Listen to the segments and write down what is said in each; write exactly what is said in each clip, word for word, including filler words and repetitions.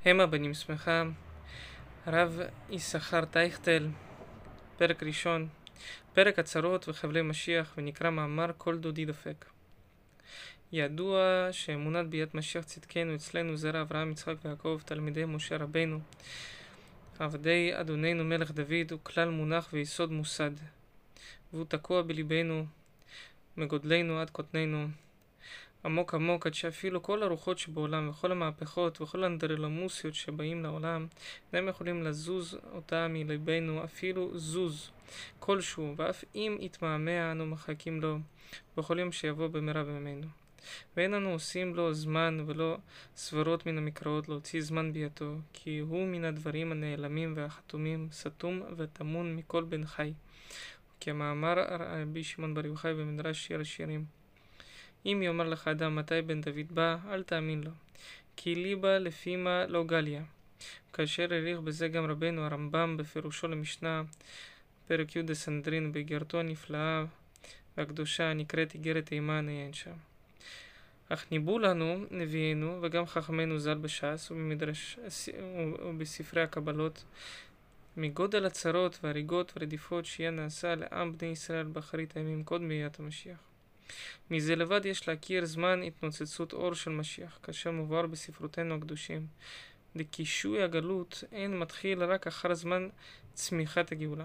המה בנים שמחה, הרב יששכר טייכטל, פרק ראשון, פרק הצרות וחבלי משיח, ונקרא מאמר כל דודי דופק. ידוע שאמונת ביאת משיח צדקנו אצלנו זרע אברהם יצחק ויעקב תלמידי משה רבנו, עבדי אדוננו מלך דוד, הוא כלל מונח ויסוד מוסד, והוא תקוע בליבנו מגודלנו עד קוטננו עמוק עמוק, עד שאפילו כל הרוחות שבעולם וכל המהפכות וכל האנדרלמוסיות שבאים לעולם אינם יכולים לזוז אותה מליבנו אפילו זוז כלשהו, ואף אם יתמהמה אנו מחכים לו בכל יום שיבוא במהרה בימינו, ואין אנו עושים לו זמן ולא סברות מן המקראות להוציא זמן ביאתו, כי הוא מן הדברים הנעלמים והחתומים, סתום וטמון מכל בן חי, כמאמר רבי שמעון בר יוחאי במדרש שיר השירים. אם יאמר לך אדם מתי בן דוד בא, אל תאמין לו, כי ליבה לפימה לא גליה. כאשר העריך בזה גם רבנו הרמב"ם בפירושו למשנה, פרק י' דסנהדרין, באיגרתו הנפלאה והקדושה הנקראת איגרת תימן עיין שם. אך ניבאו לנו נביאנו וגם חכמינו ז"ל בש"ס ובמדרש ובספרי הקבלות מגודל הצרות והריגות ורדיפות שיהיה נעשה לעם בני ישראל באחרית הימים קודם ביאת המשיח. מזה לבד יש להכיר זמן התנוצצות אור של משיח, כאשר מבואר בספרותינו הקדושים. דקישוי הגלות אין מתחיל רק אחר זמן צמיחת הגאולה.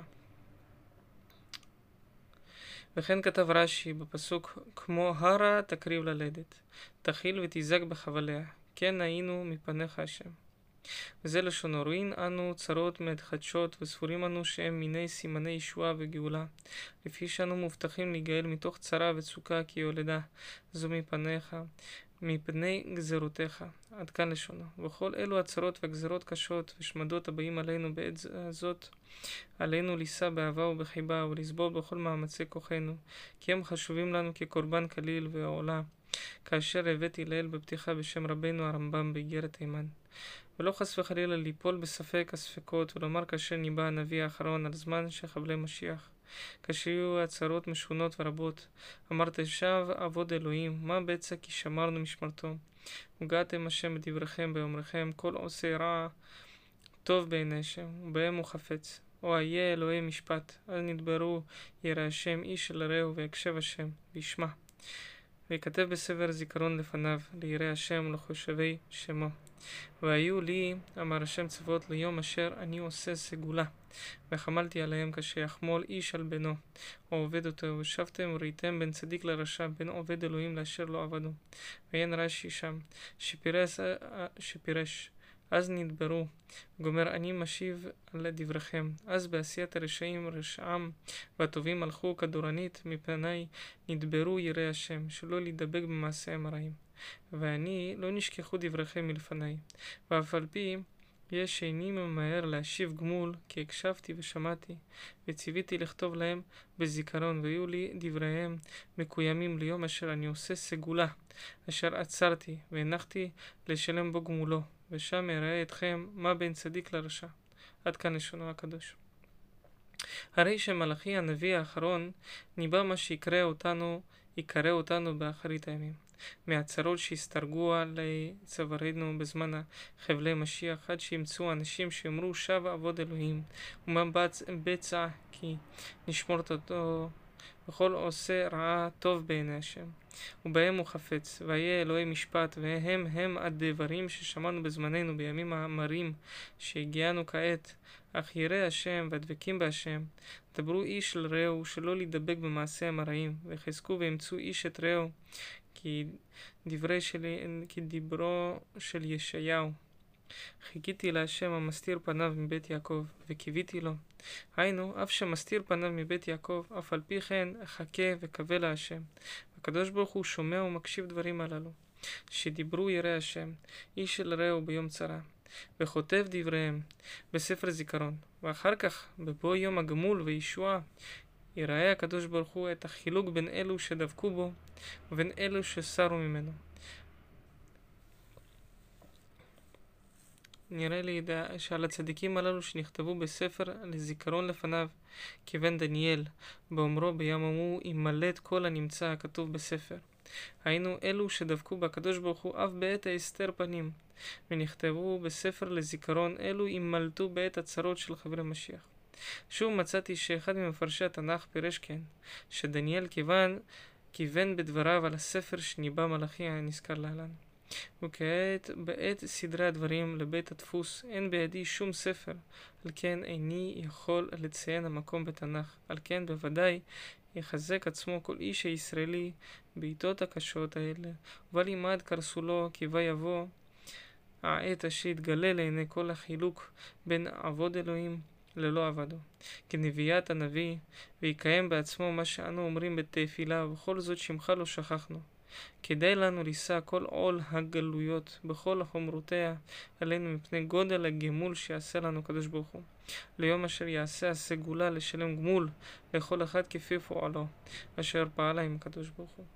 וכן כתב רש"י בפסוק, כמו הרה תקריב ללדת, תכיל ותיזק בחבליה, כן היינו מפניך השם. וזה לשונו, רואים אנו צרות מתחדשות וספורים אנו שהם מיני סימני ישועה וגאולה, לפי שאנו מובטחים להיגאל מתוך צרה וצוקה כי יולדה זו מפניך, מפני גזרותיך. עד כאן לשונו. וכל אלו הצרות והגזרות קשות ושמדות הבאים עלינו בעת הזאת, עלינו לישא באהבה ובחיבה ולסבול בכל מאמצי כוחנו, כי הם חשובים לנו כקורבן כליל ועולה, כאשר הבאתי לאל בפתיחה בשם רבנו הרמב"ם באיגרת תימן. ולא חס וחלילה ליפול בספק הספקות ולומר כאשר ניבא הנביא האחרון על זמן שחבלי משיח, כאשר יהיו הצרות משונות ורבות, אמרת שב עבוד אלוהים, מה בצע כי שמרנו משמרתו, וגעתם השם בדבריכם באומריכם, כל עושה רע טוב בעיני השם ובהם הוא חפץ, או איה אלוהי משפט, אז נדברו ירא השם איש אל רעהו ויקשב השם וישמע, ויכתב בספר זיכרון לפניו ליראי השם ולחושבי שמו. והיו לי, אמר השם צבאות, ליום אשר אני עושה סגולה, וחמלתי עליהם כשיחמול איש על בנו, או עובד אותו, ושבתם וראיתם בין צדיק לרשע, בין עובד אלוהים לאשר לא עבדו. ואין רש"י שם, שפירש, שפירש, אז נדברו, גומר אני משיב על דבריכם, אז בעשיית הרשעים רשעם, והטובים הלכו כדורנית, מפני נדברו יראי השם, שלא להידבק במעשיהם הרעים. ואני לא נשכחו דבריכם מלפני, ואף על פי יש איני ממהר להשיב גמול, כי הקשבתי ושמעתי, וציוויתי לכתוב להם בזיכרון, והיו לי דבריהם מקוימים ליום אשר אני עושה סגולה, אשר עצרתי, והנחתי לשלם בו גמולו, ושם אראה אתכם מה בין צדיק לרשע. עד כאן לשונו הקדוש. הרי שמלאכי הנביא האחרון ניבא מה שיקרה אותנו, יקרא אותנו באחרית הימים. מהצרות שהסתרגו על צווארנו בזמן חבלי משיח, עד שימצאו אנשים שאמרו שב עבוד אלוהים, ומה בצע כי נשמורת אותו, וכל עושה רעה טוב בעיני השם, ובהם הוא חפץ, והיה אלוהי משפט, והם הם הדברים ששמענו בזמננו בימים המרים שהגיענו כעת. אך ירא השם והדבקים בהשם, דברו איש אל רעהו שלא להידבק במעשיהם הרעים, וחזקו וימצאו איש את רעהו, כי דברי שלי, כי דברו של ישעיהו. חיכיתי להשם המסתיר פניו מבית יעקב, וקיוויתי לו. היינו, אף שמסתיר פניו מבית יעקב, אף על פי כן אחכה וקווה להשם. הקדוש ברוך הוא שומע ומקשיב דברים הללו, שדיברו יראי השם, איש אל רעהו ביום צרה, וכותב דבריהם בספר זיכרון. ואחר כך, בבוא יום הגמול וישועה, יראה הקדוש ברוך הוא את החילוק בין אלו שדבקו בו ובין אלו שסרו ממנו. נראה לי שעל הצדיקים הללו שנכתבו בספר לזיכרון לפניו כבן דניאל, באומרו ביום ההוא ימלא את כל הנמצא הכתוב בספר. היינו אלו שדבקו בקדוש ברוך הוא אף בעת ההסתר פנים, ונכתבו בספר לזיכרון אלו ימלטו בעת הצרות של חברי משיח. שוב מצאתי שאחד ממפרשי התנ"ך פירש כן, שדניאל כיוון, כיוון בדבריו על הספר שניבא מלאכי הנזכר להלן. וכעת בעת סדרי הדברים לבית הדפוס אין בידי שום ספר, על כן איני יכול לציין המקום בתנ"ך, על כן בוודאי יחזק עצמו כל איש הישראלי בעיתות הקשות האלה, ובל ימד קרסולו כי בא יבוא העת אשר יתגלה לעיני כל החילוק בין עבוד אלוהים ללא עבדו, כנביאת הנביא, ויקיים בעצמו מה שאנו אומרים בתפילה, ובכל זאת שמך לא שכחנו. כדאי לנו לישא כל עול הגלויות בכל חומרותיה עלינו מפני גודל הגמול שיעשה לנו קדוש ברוך הוא, ליום אשר יעשה הסגולה לשלם גמול לכל אחד כפי פועלו אשר פעלה עם הקדוש ברוך הוא.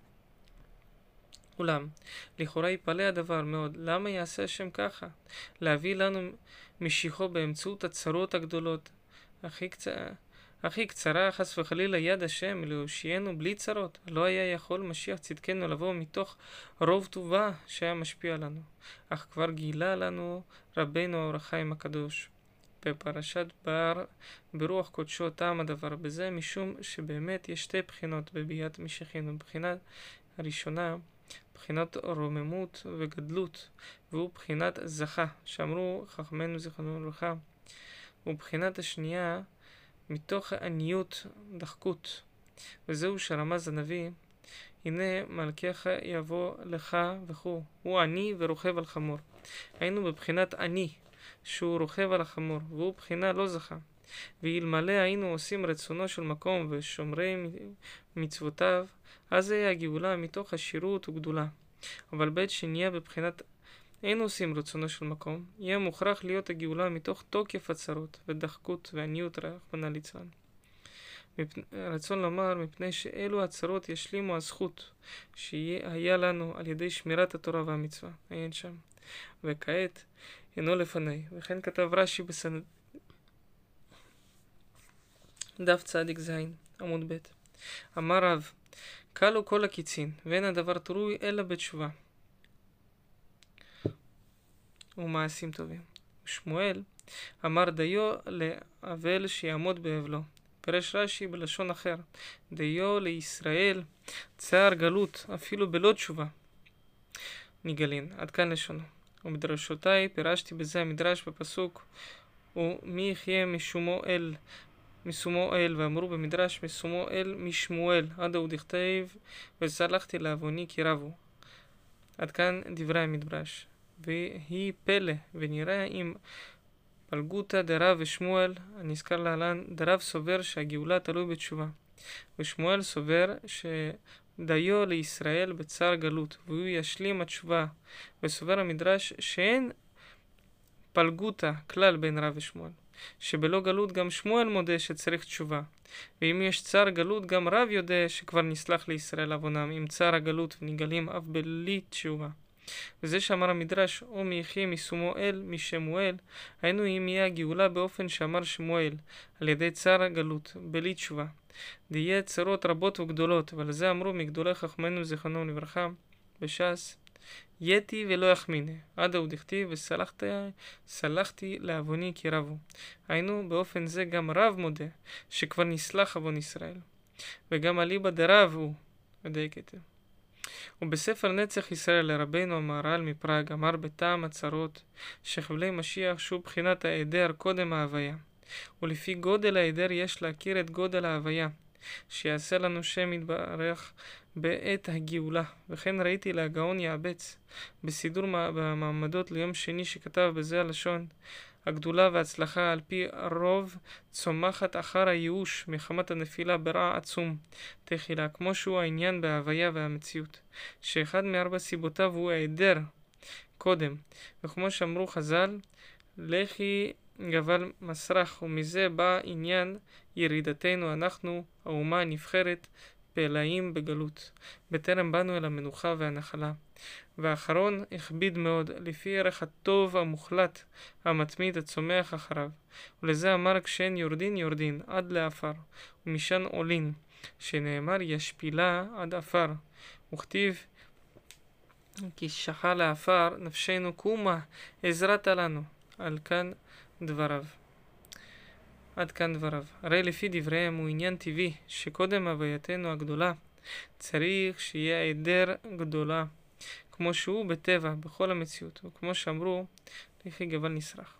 אולם לכאורה יפלא הדבר מאוד, למה יעשה השם ככה? להביא לנו משיחו באמצעות הצרות הגדולות הכי קצרה הכי קצרה חס וחלילה יד השם להושיענו בלי צרות. לא היה יכול משיח צדקנו לבוא מתוך רוב טובה שהיה משפיע לנו, אך כבר גילה לנו רבנו אור החיים הקדוש בפרשת בר ברוח קודשו טעם הדבר בזה, משום שבאמת יש שתי בחינות בביאת משיחנו. בחינה הראשונה בחינת רוממות וגדלות, והוא בחינת זכה שאמרו חכמינו זיכרונם לברכה, ובחינת השנייה מתוך עניות דחקות, וזהו שרמז הנביא, הנה מלכך יבוא לך וכו', הוא עני ורוכב על חמור. היינו בבחינת עני שהוא רוכב על החמור, והוא בחינה לא זכה. ואלמלא היינו עושים רצונו של מקום ושומרי מצוותיו, אז היה הגאולה מתוך עשירות וגדולה. אבל בעת שנהיה בבחינת אין עושים רצונו של מקום, יהיה מוכרח להיות הגאולה מתוך תוקף הצרות ודחקות ועניות רחמנא ליצלן. רצון לומר, מפני שאלו הצרות ישלימו הזכות שהיה לנו על ידי שמירת התורה והמצווה. אין שם. וכעת אינו לפני. וכן כתב רש"י בסנד... דף צדיק זין, עמוד ב'. אמר רב, קלו כל הקיצין, ואין הדבר תלוי אלא בתשובה ומעשים טובים. ושמואל אמר דיו לאבל שיעמוד באבלו. פרש רש"י בלשון אחר, דיו לישראל צער גלות אפילו בלא תשובה נגלין. עד כאן לשונו. ובדרשותיי פירשתי בזה המדרש בפסוק ומי יחיה משומו אל משומו אל, ואמרו במדרש משומו אל משמואל, עד הוא דכתיב וסלחתי לעווני כי רבו. עד כאן דברי המדרש. והיא פלא, ונראה אם פלגותא דרב ושמואל הנזכר להלן, דרב סובר שהגאולה תלוי בתשובה, ושמואל סובר שדיו לישראל בצער גלות והוא ישלים התשובה, וסובר המדרש שאין פלגותא כלל בין רב ושמואל, שבלא גלות גם שמואל מודה שצריך תשובה, ואם יש צער גלות גם רב יודע שכבר נסלח לישראל עוונם עם צער הגלות ונגלים אף בלי תשובה. וזה שאמר המדרש או מי יחיה משומו אל משמואל, היינו אם יהיה הגאולה באופן שאמר שמואל על ידי צער הגלות בלי תשובה, דהיה צרות רבות וגדולות, ועל זה אמרו מגדולי חכמינו זיכרונם לברכה בש"ס, יתי ולא יחמיני, עד הוא דכתיב וסלחתי סלחתי לעווני כי רבו. היינו באופן זה גם רב מודה שכבר נסלח עוון ישראל, וגם אליבא דרב הוא מדייקת. ובספר נצח ישראל לרבנו המהר"ל מפראג אמר בטעם הצרות שחבלי משיח שהוא בחינת ההיעדר קודם ההוויה, ולפי גודל ההיעדר יש להכיר את גודל ההוויה שיעשה לנו שם יתברך בעת הגאולה. וכן ראיתי להגאון יעבץ בסידור במעמדות ליום שני שכתב בזה הלשון, הגדולה וההצלחה על פי רוב צומחת אחר הייאוש מחמת הנפילה ברע עצום תחילה, כמו שהוא העניין בהוויה והמציאות, שאחד מארבע סיבותיו הוא ההיעדר קודם, וכמו שאמרו חז"ל, לכי גבל מסרח, ומזה בא עניין ירידתנו, אנחנו האומה הנבחרת פלאים בגלות, בטרם באנו אל המנוחה והנחלה. והאחרון הכביד מאוד, לפי ערך הטוב המוחלט המתמיד הצומח אחריו, ולזה אמר כשאין יורדין יורדין עד לאפר, ומשן עולין, שנאמר ישפילה עד אפר, וכתיב כי שחה לעפר נפשנו קומה עזרת לנו. על כאן דבריו. עד כאן דבריו. הרי לפי דבריהם הוא עניין טבעי שקודם הווייתנו הגדולה צריך שיהיה היעדר גדולה כמו שהוא בטבע בכל המציאות, וכמו שאמרו לכי גבל נסרח.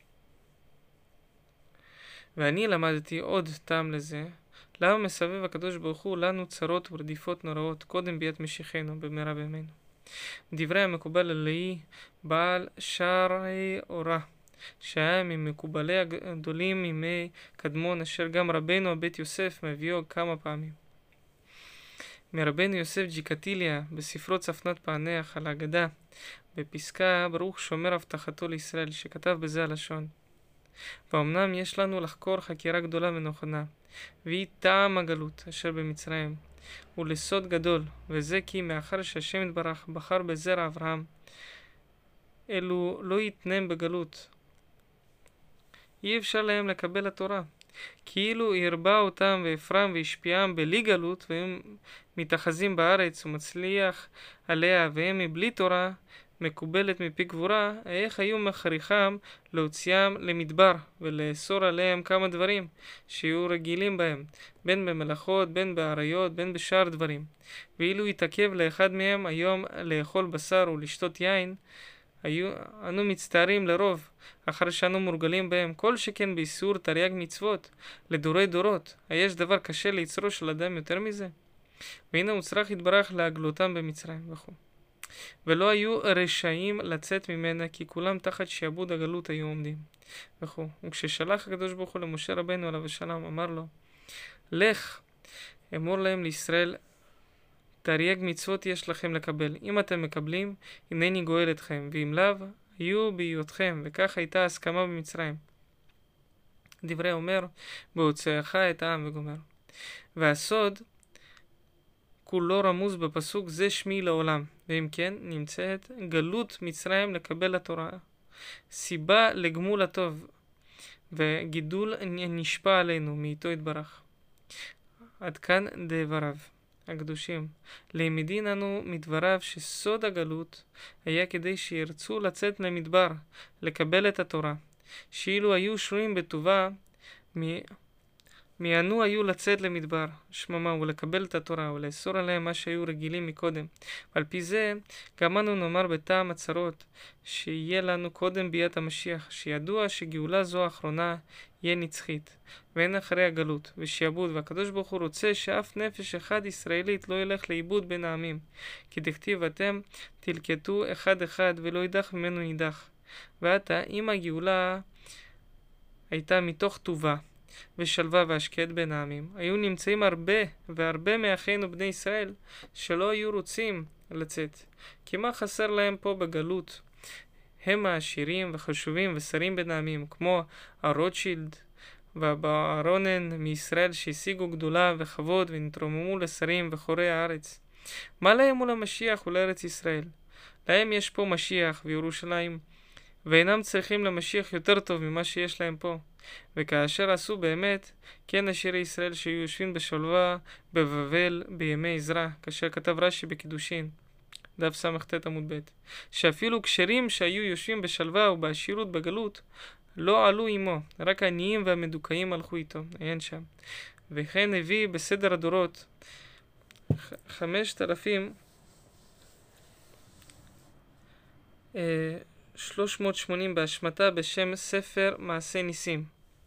ואני למדתי עוד טעם לזה, למה מסבב הקדוש ברוך הוא לנו צרות ורדיפות נוראות קודם ביאת משיחנו במהרה בימינו. דברי המקובל עלי בעל שערי אורה, שהיה ממקובלי הגדולים מימי קדמון, אשר גם רבנו הבית יוסף מביאו כמה פעמים. מרבנו יוסף ג'יקטיליה בספרו צפנת פענח על האגדה, בפסקה ברוך שומר הבטחתו לישראל, שכתב בזה הלשון. ואומנם יש לנו לחקור חקירה גדולה ונכונה, והיא טעם הגלות אשר במצרים, ולסוד גדול, וזה כי מאחר שהשם יתברך בחר בזרע אברהם, אלו לא יתנם בגלות. אי אפשר להם לקבל התורה, כאילו ירבה אותם ואפרם והשפיעם בלי גלות, והם מתאחזים בארץ ומצליח עליה, והם מבלי תורה מקובלת מפי גבורה, איך היו מכריחם להוציאם למדבר ולאסור עליהם כמה דברים שיהיו רגילים בהם, בין במלאכות, בין בעריות, בין בשאר דברים. ואילו יתעכב לאחד מהם היום לאכול בשר ולשתות יין, היו אנו מצטערים לרוב, אחר שאנו מורגלים בהם, כל שכן באיסור תרי"ג מצוות לדורי דורות. היש דבר קשה ליצרו של אדם יותר מזה? והנה הוא צריך יתברך להגלותם במצרים וכו'. ולא היו רשאים לצאת ממנה, כי כולם תחת שעבוד הגלות היו עומדים וכו'. וכששלח הקדוש ברוך הוא למשה רבנו עליו השלום, אמר לו, לך אמור להם לישראל, תרי"ג מצוות יש לכם לקבל. אם אתם מקבלים, הנני גואל אתכם, ואם לאו, היו בהיותכם. וכך הייתה הסכמה במצרים. דברי אומר, בהוצאך את העם וגומר. והסוד כולו רמוז בפסוק זה שמי לעולם, ואם כן נמצאת גלות מצרים לקבל התורה, סיבה לגמול הטוב, וגידול נשפע עלינו מאיתו יתברך. עד כאן דבריו הקדושים. לימדין אנו מדבריו שסוד הגלות היה כדי שירצו לצאת למדבר לקבל את התורה, שאילו היו שרויים בטובה מ... מיענו היו לצאת למדבר שממה ולקבל את התורה ולאסור עליהם מה שהיו רגילים מקודם. ועל פי זה גם אנו נאמר בטעם הצרות שיהיה לנו קודם ביאת המשיח, שידוע שגאולה זו האחרונה יהיה נצחית ואין אחרי הגלות ושיעבוד, והקדוש ברוך הוא רוצה שאף נפש אחד ישראלית לא ילך לאיבוד בין העמים, כי דכתיב אתם תלקטו אחד אחד ולא ידח ממנו נידח. ועתה אם הגאולה הייתה מתוך טובה ושלווה והשקט בין העמים, היו נמצאים הרבה והרבה מאחינו בני ישראל שלא היו רוצים לצאת, כי מה חסר להם פה בגלות? הם העשירים וחשובים ושרים בין העמים, כמו הרוטשילד והברונן מישראל שהשיגו גדולה וכבוד ונתרוממו לשרים וחורי הארץ. מה להם מול המשיח ולארץ ישראל? להם יש פה משיח וירושלים, ואינם צריכים למשיח יותר טוב ממה שיש להם פה. וכאשר עשו באמת, כן עשירי ישראל שהיו יושבים בשלווה בבבל בימי עזרא, כאשר כתב רש"י בקידושין, דף ס"ט עמוד ב', שאפילו כשרים שהיו יושבים בשלווה ובעשירות בגלות, לא עלו עמו, רק העניים והמדוכאים הלכו איתו, אין שם. וכן הביא בסדר הדורות חמשת אלפים שלוש מאות ושמונים בהשמטה בשם ספר מעשי ניסים.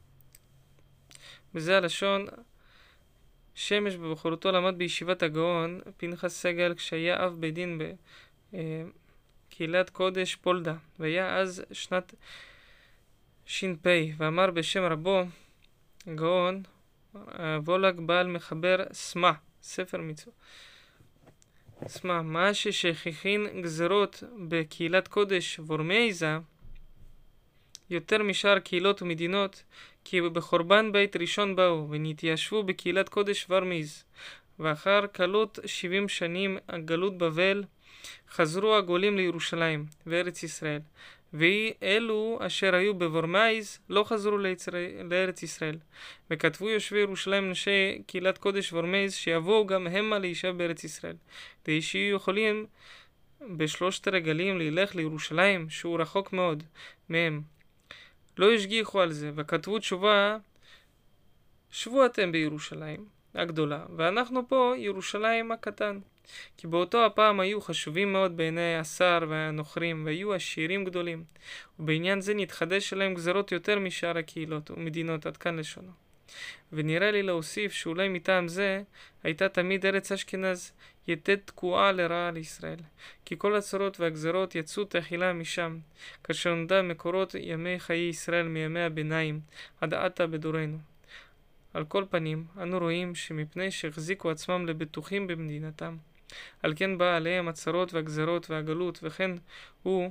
בזה הלשון, שמש בבחורתו למד בישיבת הגאון פנחס סגל כשהיה אב בית דין בקהילת קודש פולדה, והיה אז שנת ש"פ, ואמר בשם רבו גאון וולג בעל מחבר סמה, ספר מצוות. סמה, מה ששכחין גזרות בקהילת קודש ורמייזה יותר משאר קהילות ומדינות, כי בחורבן בית ראשון באו ונתיישבו בקהילת קודש ורמיז, ואחר קלות שבעים שנים הגלות בבל חזרו הגולים לירושלים וארץ ישראל, ואלו אשר היו בוורמייז לא חזרו לארץ ישראל. וכתבו יושבי ירושלים אנשי קהילת קודש וורמייז שיבואו גם המה להישב בארץ ישראל, כדי שיהיו יכולים בשלושת הרגלים ללך לירושלים שהוא רחוק מאוד מהם. לא השגיחו על זה וכתבו תשובה, שבו אתם בירושלים הגדולה ואנחנו פה ירושלים הקטן. כי באותו הפעם היו חשובים מאוד בעיני השר והנוכרים והיו עשירים גדולים, ובעניין זה נתחדש עליהם גזרות יותר משאר הקהילות ומדינות. עד כאן לשונו. ונראה לי להוסיף שאולי מטעם זה הייתה תמיד ארץ אשכנז יתד תקועה לרעה לישראל, כי כל הצרות והגזרות יצאו תחילה משם, כאשר נודע מקורות ימי חיי ישראל מימי הביניים עד עתה בדורנו. על כל פנים, אנו רואים שמפני שהחזיקו עצמם לבטוחים במדינתם, על כן בא עליהם הצרות והגזרות והגלות, וכן הוא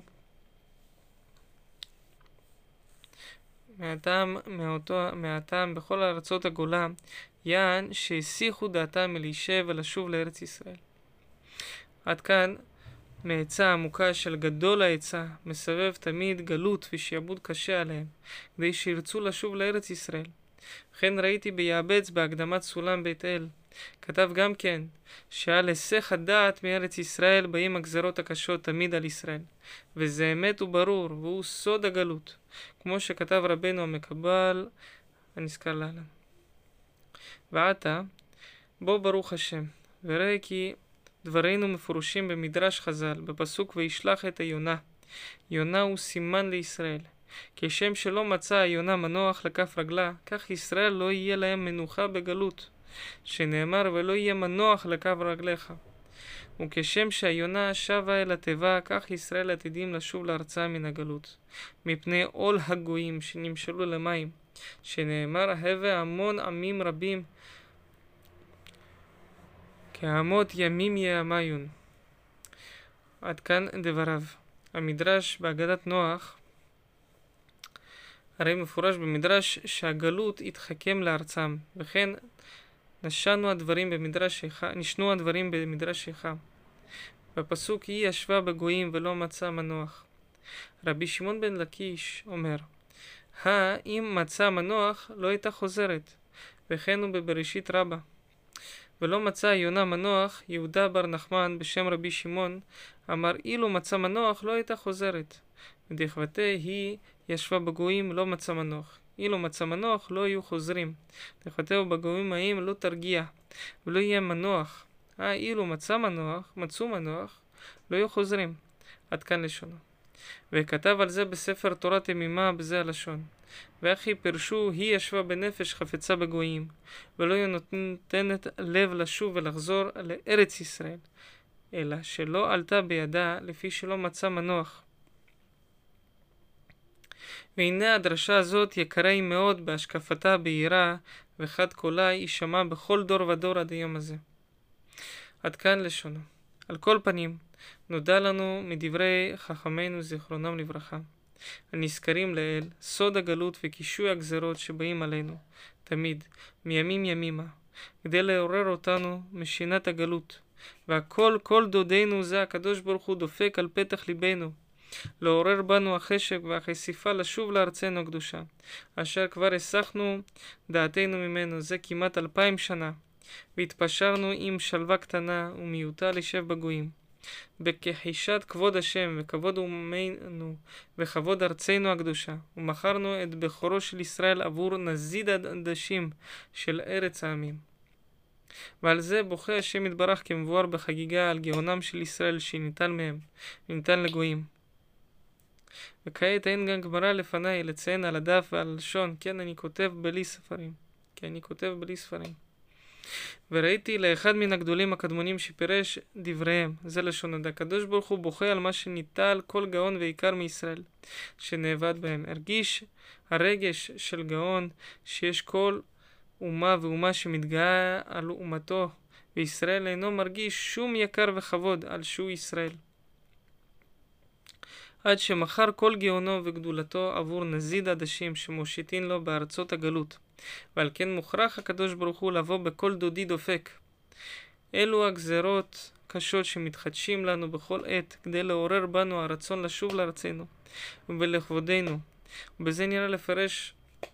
מהטעם, מאותו, מהטעם בכל ארצות הגולה, יען שהסיחו דעתם מלהישב ולשוב לארץ ישראל. עד כאן מעצה עמוקה של גדול העצה, מסבב תמיד גלות ושעבוד קשה עליהם, כדי שירצו לשוב לארץ ישראל. וכן ראיתי ביעבץ בהקדמת סולם בית אל, כתב גם כן, שעל היסח הדעת מארץ ישראל באים הגזרות הקשות תמיד על ישראל, וזה אמת וברור, והוא סוד הגלות, כמו שכתב רבנו המקבל הנזכר להלן. ועתה, בוא ברוך השם, וראה כי דברינו מפורשים במדרש חז"ל, בפסוק וישלח את היונה. יונה הוא סימן לישראל. כשם שלא מצא היונה מנוח לכף רגלה, כך ישראל לא יהיה להם מנוחה בגלות, שנאמר ולא יהיה מנוח לכף רגליך. וכשם שהיונה שבה אל התיבה, כך ישראל עתידים לשוב לארצה מן הגלות, מפני עול הגויים שנמשלו למים, שנאמר הווה המון עמים רבים, כעמות ימים יעמיון. עד כאן דבריו. המדרש בהגדת נוח, הרי מפורש במדרש שהגלות התחכם לארצם, וכן נשנו הדברים במדרש איכה, נשנו הדברים במדרש איכה. בפסוק היא ישבה בגויים ולא מצא מנוח. רבי שמעון בן לקיש אומר, אם מצא מנוח לא הייתה חוזרת, וכן הוא בבראשית רבה. ולא מצא יונה מנוח, יהודה בר נחמן בשם רבי שמעון אמר, אילו מצא מנוח לא הייתה חוזרת. ודכבתי היא ישבה בגויים לא מצא מנוח. אילו מצא מנוח לא יהיו חוזרים. דכבתהו בגויים ההם לא תרגיע, ולא יהיה מנוח. אה, אילו מצא מנוח, מצאו מנוח, לא יהיו חוזרים. עד כאן לשונו. וכתב על זה בספר תורת ימימה בזה הלשון. ואחי פרשו, היא ישבה בנפש חפצה בגויים, ולא היא נותנת לב לשוב ולחזור לארץ ישראל, אלא שלא עלתה בידה לפי שלא מצא מנוח. והנה הדרשה הזאת יקרה היא מאוד בהשקפתה בהירה, וחד קולה יישמע בכל דור ודור עד היום הזה. עד כאן לשונו. על כל פנים, נודע לנו מדברי חכמינו זיכרונם לברכה, הנזכרים לאל, סוד הגלות וקישוי הגזרות שבאים עלינו, תמיד, מימים ימימה, כדי לעורר אותנו משינת הגלות. והכל, כל דודנו זה הקדוש ברוך הוא דופק על פתח ליבנו, לעורר בנו החשק והחשיפה לשוב לארצנו הקדושה, אשר כבר הסחנו דעתנו ממנו זה כמעט אלפיים שנה, והתפשרנו עם שלווה קטנה ומיעוטה לשב בגויים, בכחישת כבוד השם וכבוד אומנו וכבוד ארצנו הקדושה, ומכרנו את בכורו של ישראל עבור נזיד עדשים של ארץ העמים. ועל זה בוכה השם יתברך כמבואר בחגיגה על גאונם של ישראל שניטל מהם, וניתן לגויים. וכעת אין גם גמרא לפניי לציין על הדף ועל הלשון, כן אני כותב בלי ספרים, כי אני כותב בלי ספרים. וראיתי לאחד מן הגדולים הקדמונים שפירש דבריהם, זה לשון עד הקדוש ברוך הוא בוכה על מה שניטל כל גאון ועיקר מישראל שנאבד בהם. הרגיש הרגש של גאון שיש כל אומה ואומה שמתגאה על אומתו, וישראל אינו מרגיש שום יקר וכבוד על שהוא ישראל, עד שמחר כל גאונו וגדולתו עבור נזיד עדשים שמושיטין לו בארצות הגלות. ועל כן מוכרח הקדוש ברוך הוא לבוא בכל דודי דופק. אלו הגזרות קשות שמתחדשים לנו בכל עת כדי לעורר בנו הרצון לשוב לארצנו, ולכבודנו. ובזה נראה לפרש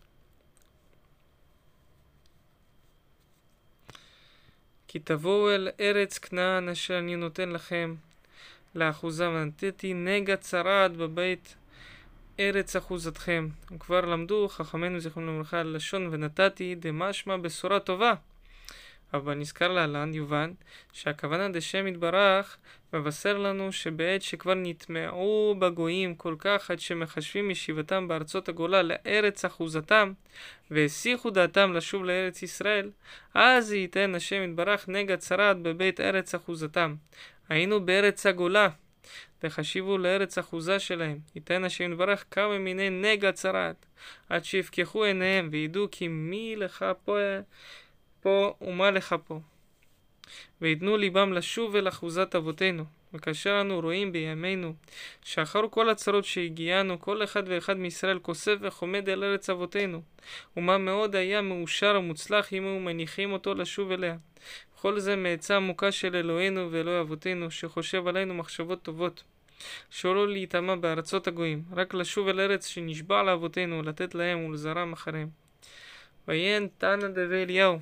כי תבואו אל ארץ כנען אשר אני נותן לכם לאחוזה, ונתתי נגע צרעת בבית ארץ אחוזתכם. וכבר למדו חכמינו זיכרונם לברכה לשון ונתתי דמשמע בשורה טובה. אבל נזכר להלן יובן שהכוונה דשם יתברך מבשר לנו שבעת שכבר נטמעו בגויים כל כך עד שמחשבים ישיבתם בארצות הגולה לארץ אחוזתם והסיחו דעתם לשוב לארץ ישראל, אז ייתן השם יתברך נגע צרעת בבית ארץ אחוזתם. היינו בארץ הגולה וחשיבו לארץ אחוזה שלהם. ייתן השם יתברך כמה מיני נגע צרעת עד שיפקחו עיניהם וידעו כי מי לך פה פה ומה לך פה, ויתנו ליבם לשוב אל אחוזת אבותינו. וכאשר אנו רואים בימינו שאחר כל הצרות שהגיענו כל אחד ואחד מישראל כוסף וחומד אל ארץ אבותינו, ומה מאוד היה מאושר ומוצלח אם הוא מניחים אותו לשוב אליה. כל זה מעצה עמוקה של אלוהינו ואלוהי אבותינו שחושב עלינו מחשבות טובות, שלא להיטמע בארצות הגויים, רק לשוב אל ארץ שנשבע לאבותינו ולתת להם ולזרם אחריהם. ויין תנא דבי אליהו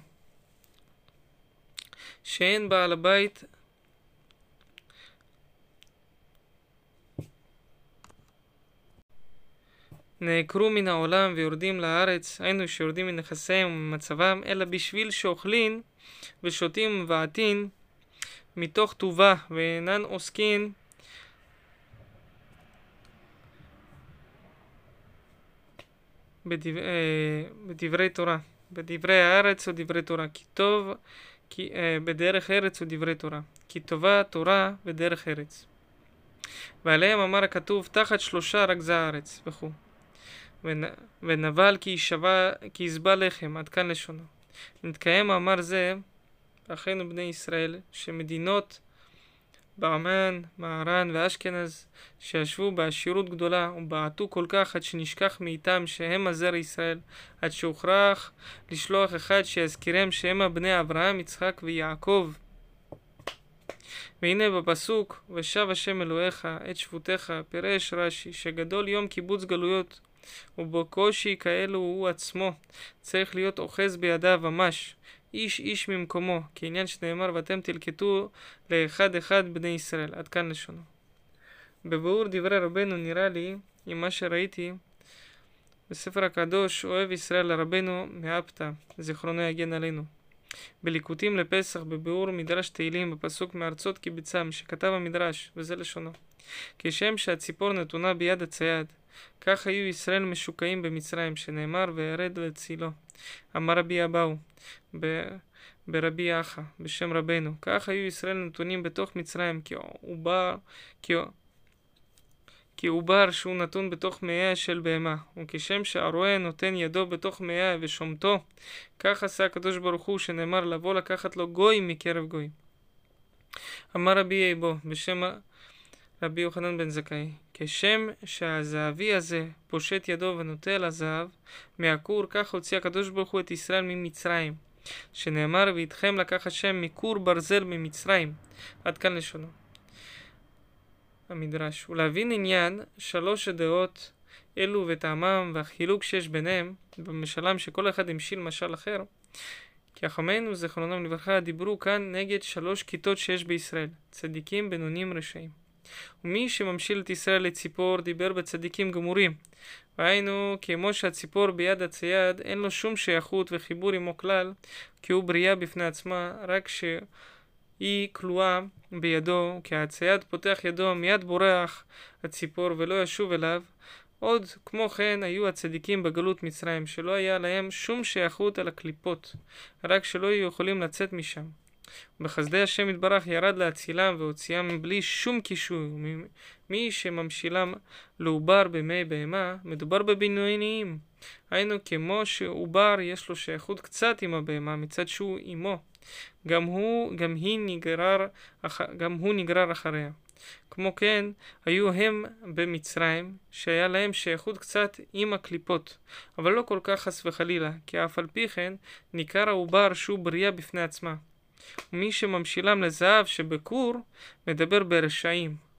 שאין בעל הבית נעקרו מן העולם ויורדים לארץ, היינו שיורדים מנכסיהם וממצבם, אלא בשביל שאוכלין ושותים ובעטין מתוך טובה ואינן עוסקין בדבר, בדברי תורה, בדברי הארץ או דברי תורה, כי טוב כי, uh, בדרך ארץ ודברי תורה, כי טובה תורה ודרך ארץ. ועליהם אמר הכתוב תחת שלושה רגזה הארץ וכו'. ונ... ונבל כי ישבע כי יסבע לחם, עד כאן לשונו. נתקיים מאמר זה אחינו בני ישראל שמדינות בעמן, מערן ואשכנז שישבו בעשירות גדולה ובעטו כל כך עד שנשכח מאיתם שהם הזרע ישראל, עד שהוכרח לשלוח אחד שיזכירם שהם בני אברהם, יצחק ויעקב. והנה בפסוק ושב השם אלוהיך את שבותיך פירש רש"י שגדול יום קיבוץ גלויות ובקושי כאלו הוא עצמו צריך להיות אוחז בידיו ממש, איש איש ממקומו, כעניין שנאמר ואתם תלקטו לאחד אחד בני ישראל. עד כאן לשונו. בביאור דברי רבנו נראה לי עם מה שראיתי בספר הקדוש אוהב ישראל לרבנו מאפתא זיכרונו יגן עלינו, בליקוטים לפסח בביאור מדרש תהילים בפסוק מארצות קיבצם שכתב המדרש, וזה לשונו: כשם שהציפור נתונה ביד הצייד, כך היו ישראל משוקעים במצרים, שנאמר וירד לצילו. אמר רבי אבאו ב... ברבי אחא בשם רבנו, כך היו ישראל נתונים בתוך מצרים כעובר, כ... כעובר שהוא נתון בתוך מאיה של בהמה, וכשם שהרועה נותן ידו בתוך מאיה ושומתו, כך עשה הקדוש ברוך הוא שנאמר לבוא לקחת לו גוי מקרב גוי. אמר רבי אבו בשם רבי יוחנן בן זכאי, כשם שהזהבי הזה פושט ידו ונוטל הזהב מהכור, כך הוציא הקדוש ברוך הוא את ישראל ממצרים, שנאמר ואיתכם לקח השם מכור ברזל ממצרים. עד כאן לשונו המדרש. ולהבין עניין שלוש הדעות אלו וטעמם והחילוק שיש ביניהם במשלם שכל אחד המשיל משל אחר, כי חכמינו זיכרונם לברכה דיברו כאן נגד שלוש כיתות שיש בישראל: צדיקים, בינונים, רשעים. ומי שממשיל את ישראל לציפור דיבר בצדיקים גמורים, והיינו כמו שהציפור ביד הצייד אין לו שום שייכות וחיבור עמו כלל, כי הוא בריאה בפני עצמה, רק שהיא כלואה בידו, כי הצייד פותח ידו מיד בורח הציפור ולא ישוב אליו. עוד כמו כן היו הצדיקים בגלות מצרים, שלא היה להם שום שייכות על הקליפות, רק שלא היו יכולים לצאת משם. בחסדי השם יתברך ירד להצילם והוציאם בלי שום קישוי. מי שממשילם לעובר במי בהמה מדובר בבינוניים, היינו כמו שעובר יש לו שייכות קצת עם הבהמה מצד שהוא עמו, גם הוא גם היא נגרר גם הוא נגרר אחריה. כמו כן היו הם במצרים שהיה להם שייכות קצת עם הקליפות, אבל לא כל כך חס וחלילה, כי אף על פי כן ניכר העובר שהוא בריאה בפני עצמה. ומי שממשילם לזהב שבכור מדבר ברשעים,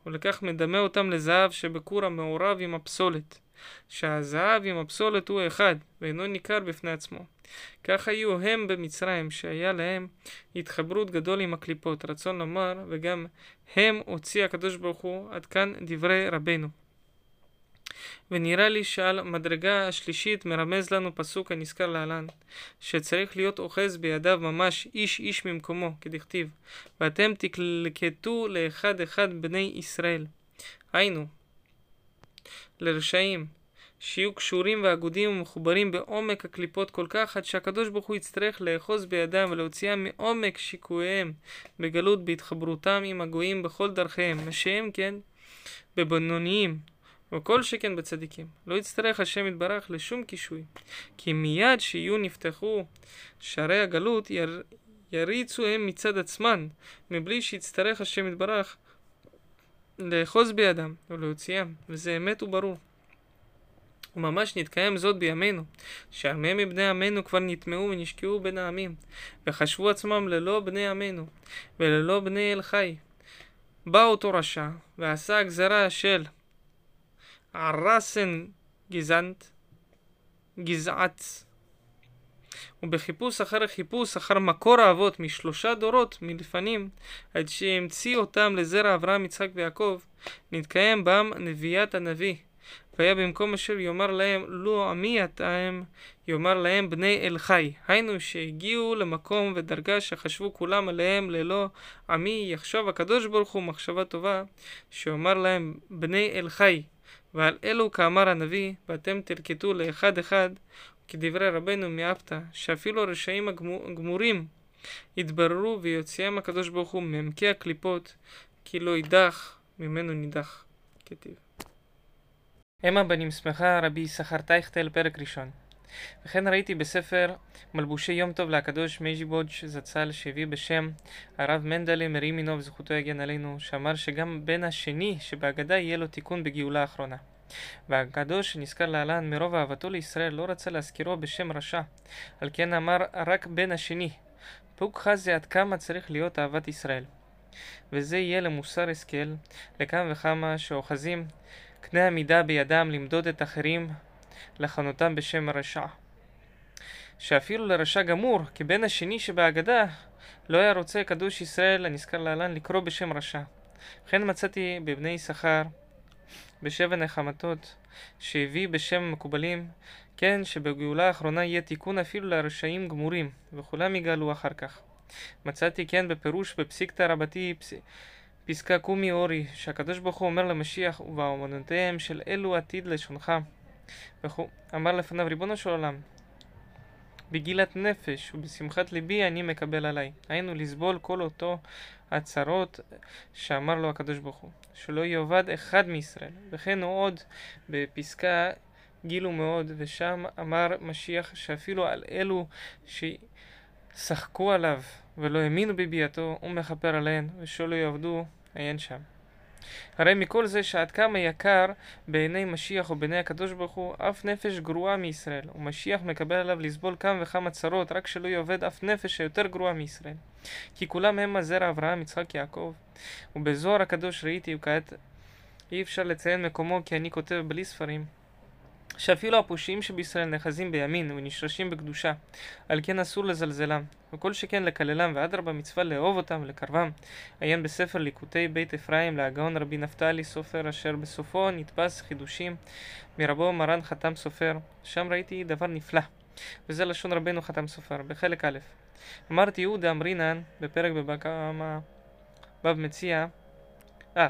ולכך מדמה אותם לזהב שבכור המעורב עם הפסולת, שהזהב עם הפסולת הוא אחד, ואינו ניכר בפני עצמו. כך היו הם במצרים, שהיה להם התחברות גדול עם הקליפות, רצון לומר, וגם הם הוציא הקדוש ברוך הוא. עד כאן דברי רבנו. ונראה לי שעל מדרגה השלישית מרמז לנו פסוק הנזכר להלן, שצריך להיות אוחז בידיו ממש איש איש ממקומו, כדכתיב, ואתם תקלקטו לאחד אחד בני ישראל. היינו, לרשעים, שיהיו קשורים ואגודים ומחוברים בעומק הקליפות כל כך, עד שהקדוש ברוך הוא יצטרך לאחוז בידם ולהוציאם מעומק שיקוייהם בגלות בהתחברותם עם הגויים בכל דרכיהם, מה שהם כן בבינוניים, וכל שכן בצדיקים. לא יצטרך השם יתברך לשום קישוי, כי מיד שיהיו נפתחו שערי הגלות יר... יריצו הם מצד עצמן, מבלי שיצטרך השם יתברך לאחוז בידם ולהוציאם, וזה אמת וברור. וממש נתקיים זאת בימינו, שהרבה מבני עמנו כבר נטמעו ונשקעו בין העמים, וחשבו עצמם ללא בני עמנו, וללא בני אל חי. בא אותו רשע, ועשה הגזרה של ערסן גזענט, גזעץ, ובחיפוש אחר חיפוש אחר מקור האבות משלושה דורות מלפנים, עד שהמציא אותם לזרע אברהם, יצחק ויעקב, נתקיים בם נביאת הנביא. והיה במקום אשר יאמר להם לא עמי אתם, יאמר להם בני אל חי. היינו שהגיעו למקום ודרגה שחשבו כולם עליהם ללא עמי, יחשוב הקדוש ברוך הוא מחשבה טובה, שיאמר להם בני אל חי. ועל אלו כאמר הנביא, ואתם תלקטו לאחד אחד, כדברי רבנו מאפתא, שאפילו הרשעים הגמורים יתבררו ויוציאם הקדוש ברוך הוא מעמקי הקליפות, כי לא יידח ממנו נידח. כתיב. אמה בנים שמחה, רבי יששכר טייכטל, פרק ראשון. וכן ראיתי בספר מלבושי יום טוב להקדוש מייז'יבודג' זצ"ל, שהביא בשם הרב מנדלה מרימינוב זכותו יגן עלינו, שאמר שגם בן השני שבהגדה יהיה לו תיקון בגאולה האחרונה. והקדוש שנזכר להלן מרוב אהבתו לישראל לא רצה להזכירו בשם רשע, על כן אמר רק בן השני. פוק חזה עד כמה צריך להיות אהבת ישראל, וזה יהיה למוסר השכל לכמה וכמה שאוחזים קנה המידה בידם למדוד את אחרים לחנותם בשם רשע, שאפילו לרשע גמור כבן השני שבהגדה לא היה רוצה קדוש ישראל הנזכר להלן לקרוא בשם רשע. לכן מצאתי בבני יששכר בשבע נחמתות שהביא בשם מקובלים, כן שבגאולה האחרונה יהיה תיקון אפילו לרשעים גמורים, וכולם יגאלו אחר כך. מצאתי כן בפירוש בפסיקתא רבתי פס... פסקה קומי אורי, שהקדוש ברוך הוא אומר למשיח, ובאמנותיהם של אלו עתיד לשונך, וכו אמר לפניו, ריבונו של עולם, בגילת נפש ובשמחת ליבי אני מקבל עליי. היינו לסבול כל אותו הצרות שאמר לו הקדוש ברוך הוא, שלא יאבד אחד מישראל. וכן הוא עוד בפסקה גילו מאוד, ושם אמר משיח שאפילו על אלו ששחקו עליו ולא האמינו בביאתו הוא מכפר עליהן, ושלא יעבדו עיין שם. הרי מכל זה שעד כמה יקר בעיני משיח ובעיני הקדוש ברוך הוא אף נפש גרועה מישראל, ומשיח מקבל עליו לסבול כמה וכמה צרות, רק שלא יאבד אף נפש היותר גרועה מישראל, כי כולם הם זרע אברהם, יצחק, יעקב. ובזוהר הקדוש ראיתי, וכעת אי אפשר לציין מקומו כי אני כותב בלי ספרים, שאפילו הפושעים שבישראל נחזים בימין ונשרשים בקדושה, על כן אסור לזלזלם, וכל שכן לקללם, ואדרבה מצווה לאהוב אותם ולקרבם. עיין בספר ליקוטי בית אפרים להגאון רבי נפתלי סופר, אשר בסופו נתפס חידושים מרבו מרן חתם סופר. שם ראיתי דבר נפלא, וזה לשון רבנו חתם סופר בחלק א'. אמרתי יהודה אמרינן בפרק בבקמה בב מציע, אה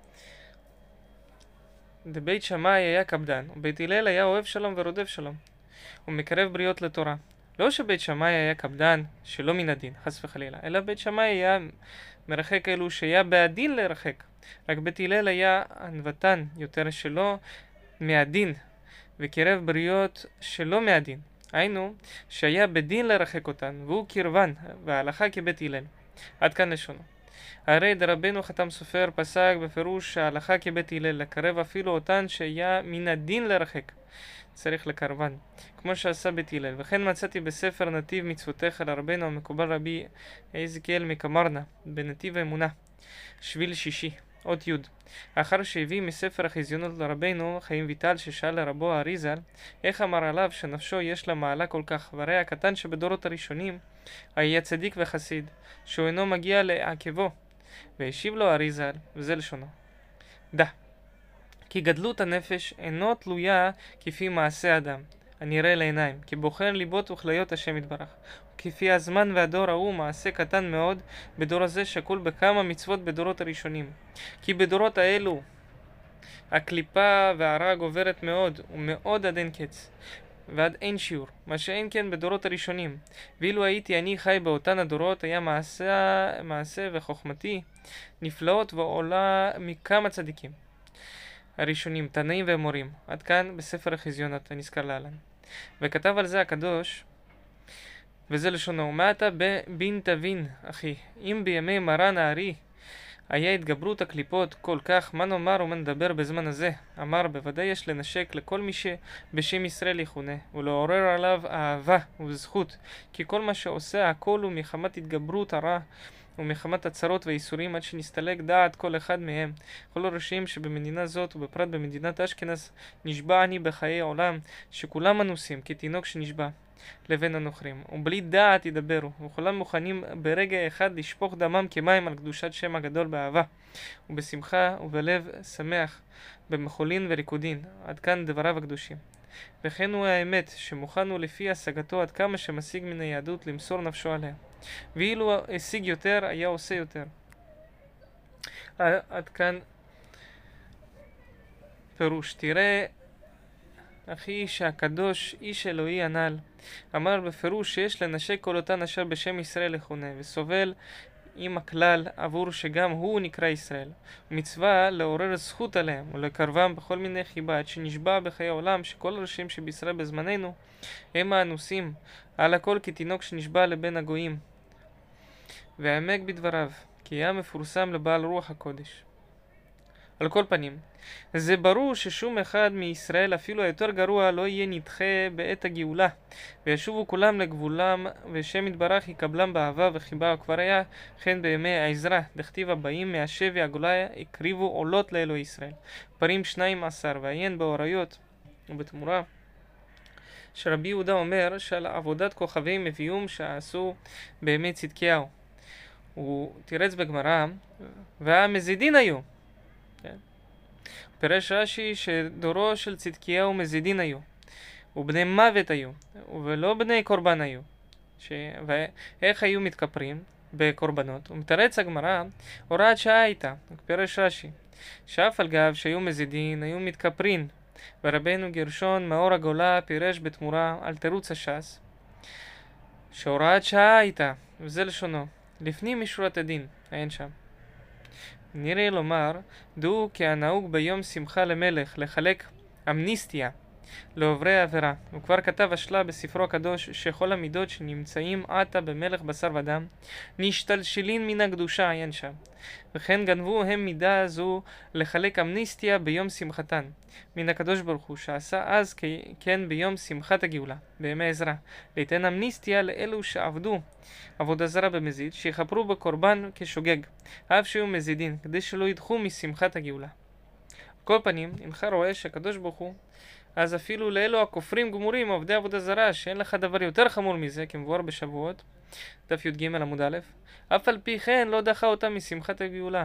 בבית שמאי היה קפדן, ובית הלל היה אוהב שלום ורודף שלום, ומקרב בריות לתורה. לא שבית שמאי היה קפדן שלא מן הדין, חס וחלילה, אלא בית שמאי היה מרחק אלו שהיה בעדין לרחק. רק בית הלל היה ענוותן יותר שלא מהדין, וקרב בריות שלא מהדין. היינו שהיה בדין לרחק אותן, והוא קרבן, וההלכה כבית הלל. עד כאן לשונו. הרי דרבנו חתם סופר פסק בפירוש ההלכה כבית הלל, לקרב אפילו אותן שהיה מן הדין לרחק, צריך לקרבן, כמו שעשה בית הלל. וכן מצאתי בספר נתיב מצוותיך לרבנו המקובל רבי יזקיאל מקמרנה, בנתיב האמונה, שביל שישי, אות י'. אחר שהביא מספר החזיונות לרבנו חיים ויטל, ששאל לרבו האריזל איך אמר עליו שנפשו יש לה מעלה כל כך, והרי הקטן שבדורות הראשונים היה צדיק וחסיד, שהוא אינו מגיע לעקבו. והשיב לו האריזל, וזה לשונו: דע, כי גדלות הנפש אינו תלויה כפי מעשה אדם הנראה לעיניים, כי בוחן ליבות וכליות השם יתברך. כפי הזמן והדור ההוא מעשה קטן מאוד בדור הזה שקול בכמה מצוות בדורות הראשונים. כי בדורות האלו הקליפה והרע גוברת מאוד, ומאוד עד אין קץ, ועד אין שיעור, מה שאין כן בדורות הראשונים. ואילו הייתי אני חי באותן הדורות, היה מעשה, מעשה וחוכמתי נפלאות ועולה מכמה צדיקים הראשונים, תנאים ואמורים. עד כאן בספר החזיונות הנזכר להלן. וכתב על זה הקדוש, וזה לשונו: מה אתה בין תבין אחי, אם בימי מרן הארי היה התגברות הקליפות כל כך, מה נאמר ומה נדבר בזמן הזה? אמר, בוודאי יש לנשק לכל מי שבשם ישראל יכונה, ולעורר עליו אהבה וזכות, כי כל מה שעושה הכל הוא מחמת התגברות הרע ומחמת הצרות והאיסורים, עד שנסתלק דעת כל אחד מהם. כל הרשעים שבמדינה זאת, ובפרט במדינת אשכנז, נשבע אני בחיי עולם שכולם אנוסים כתינוק שנשבע לבין הנוכרים, ובלי דעת ידברו, וכולם מוכנים ברגע אחד לשפוך דמם כמים על קדושת שם הגדול באהבה ובשמחה ובלב שמח, במחולין וריקודין. עד כאן דבריו הקדושים. וכן הוא האמת, שמוכן הוא לפי השגתו עד כמה שמשיג מן היהדות למסור נפשו עליה, ואילו השיג יותר היה עושה יותר. עד כאן פירוש. תראה אחי שהקדוש איש אלוהי הנ"ל אמר בפירוש שיש לנשק כל אותן אשר בשם ישראל יכונה, וסובל עם הכלל עבור שגם הוא נקרא ישראל, ומצווה לעורר זכות עליהם ולקרבם בכל מיני חיבה, עד שנשבע בחיי עולם שכל הראשים שבישראל בזמננו הם האנוסים על הכל כתינוק שנשבע לבין הגויים, והעמק בדבריו כי היה מפורסם לבעל רוח הקודש. על כל פנים, זה ברור ששום אחד מישראל, אפילו היותר גרוע, לא יהיה נדחה בעת הגאולה, וישובו כולם לגבולם, ושם יתברך יקבלם באהבה וחיבה. וכבר היה כן בימי העזרא, דכתיב הבאים מהשבי הגולה הקריבו עולות לאלוהי ישראל, פרים שניים עשר, ועיין באוריות. ובתמורה שרבי יהודה אומר שעל עבודת כוכבי מביאום שעשו בימי צדקיהו, הוא תירץ בגמרא, והמזידין היו. כן? פירש רש"י שדורו של צדקיהו מזידין היו, ובני מוות היו, ולא בני קורבן היו. ש... ואיך היו מתכפרים בקורבנות? ומתרץ הגמרא, הוראת שעה הייתה. פירש רש"י שאף על גב שהיו מזידין היו מתכפרים, ורבנו גרשון מאור הגולה פירש בתמורה על תירוץ הש"ס שהוראת שעה הייתה, וזה לשונו לפנים משורת הדין. אין שם. נראה לומר, דעו כי הנהוג ביום שמחה למלך לחלק אמניסטיה לעוברי העבירה. הוא כבר כתב השלה בספרו הקדוש שכל המידות שנמצאים עתה במלך בשר ודם נשתלשלין מן הקדושה. אין שם. וכן גנבו הם מידה זו לחלק אמניסטיה ביום שמחתן מן הקדוש ברוך הוא, שעשה אז כן ביום שמחת הגאולה בימי עזרא, ליתן אמניסטיה לאלו שעבדו עבודה זרה במזיד, שיחפרו בקורבן כשוגג אף שהוא מזידין, כדי שלא ידחו משמחת הגאולה. כל פנים, אינך רואה שהקדוש ברוך הוא אז אפילו לאלו הכופרים גמורים עובדי עבודה זרה, שאין לך דבר יותר חמור מזה, כמבואר בשבועות דף י"ג עמוד א', אף על פי כן לא דחה אותם משמחת הגאולה.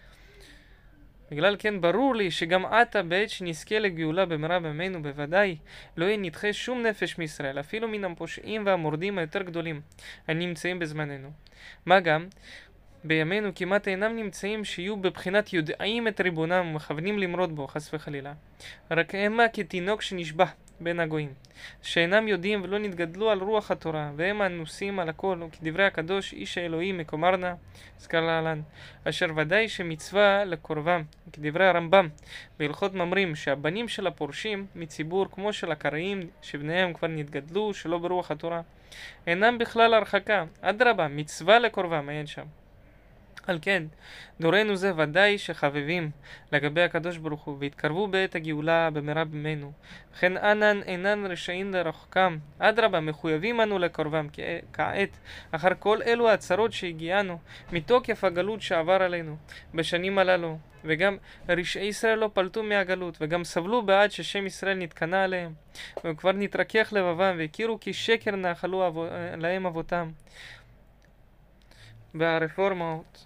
בגלל כן ברור לי שגם עתה בעת שנזכה לגאולה במהרה בימינו בוודאי לא יהיה נדחה שום נפש מישראל, אפילו מן הפושעים והמורדים היותר גדולים הנמצאים בזמננו. מה גם בימינו כמעט אינם נמצאים שיהיו בבחינת יודעים את ריבונם ומכוונים למרוד בו חס וחלילה, רק המה כתינוק שנשבע בין הגויים, שאינם יודעים ולא נתגדלו על רוח התורה, והם אנוסים על הכל, וכדברי הקדוש איש האלוהים מקומרנה זכר להלן, אשר ודאי שמצווה לקורבם, כדברי הרמב"ם בהלכות ממרים, שהבנים של הפורשים מציבור כמו של הקראים שבניהם כבר נתגדלו שלא ברוח התורה אינם בכלל הרחקה, אדרבה מצווה לקורבם. אין שם. על כן, דורנו זה ודאי שחבבים לגבי הקדוש ברוך הוא, והתקרבו בעת הגאולה במהרה בימינו. וכן אנן אינן רשאים לרחוקם, אדרבה מחויבים אנו לקרבם כעת, אחר כל אלו הצרות שהגיענו, מתוקף הגלות שעבר עלינו בשנים הללו. וגם רשעי ישראל לא פלטו מהגלות, וגם סבלו בעד ששם ישראל נתקנה עליהם, וכבר נתרכך לבבם, והכירו כי שקר נחלו אבו, להם אבותם. ברפורמות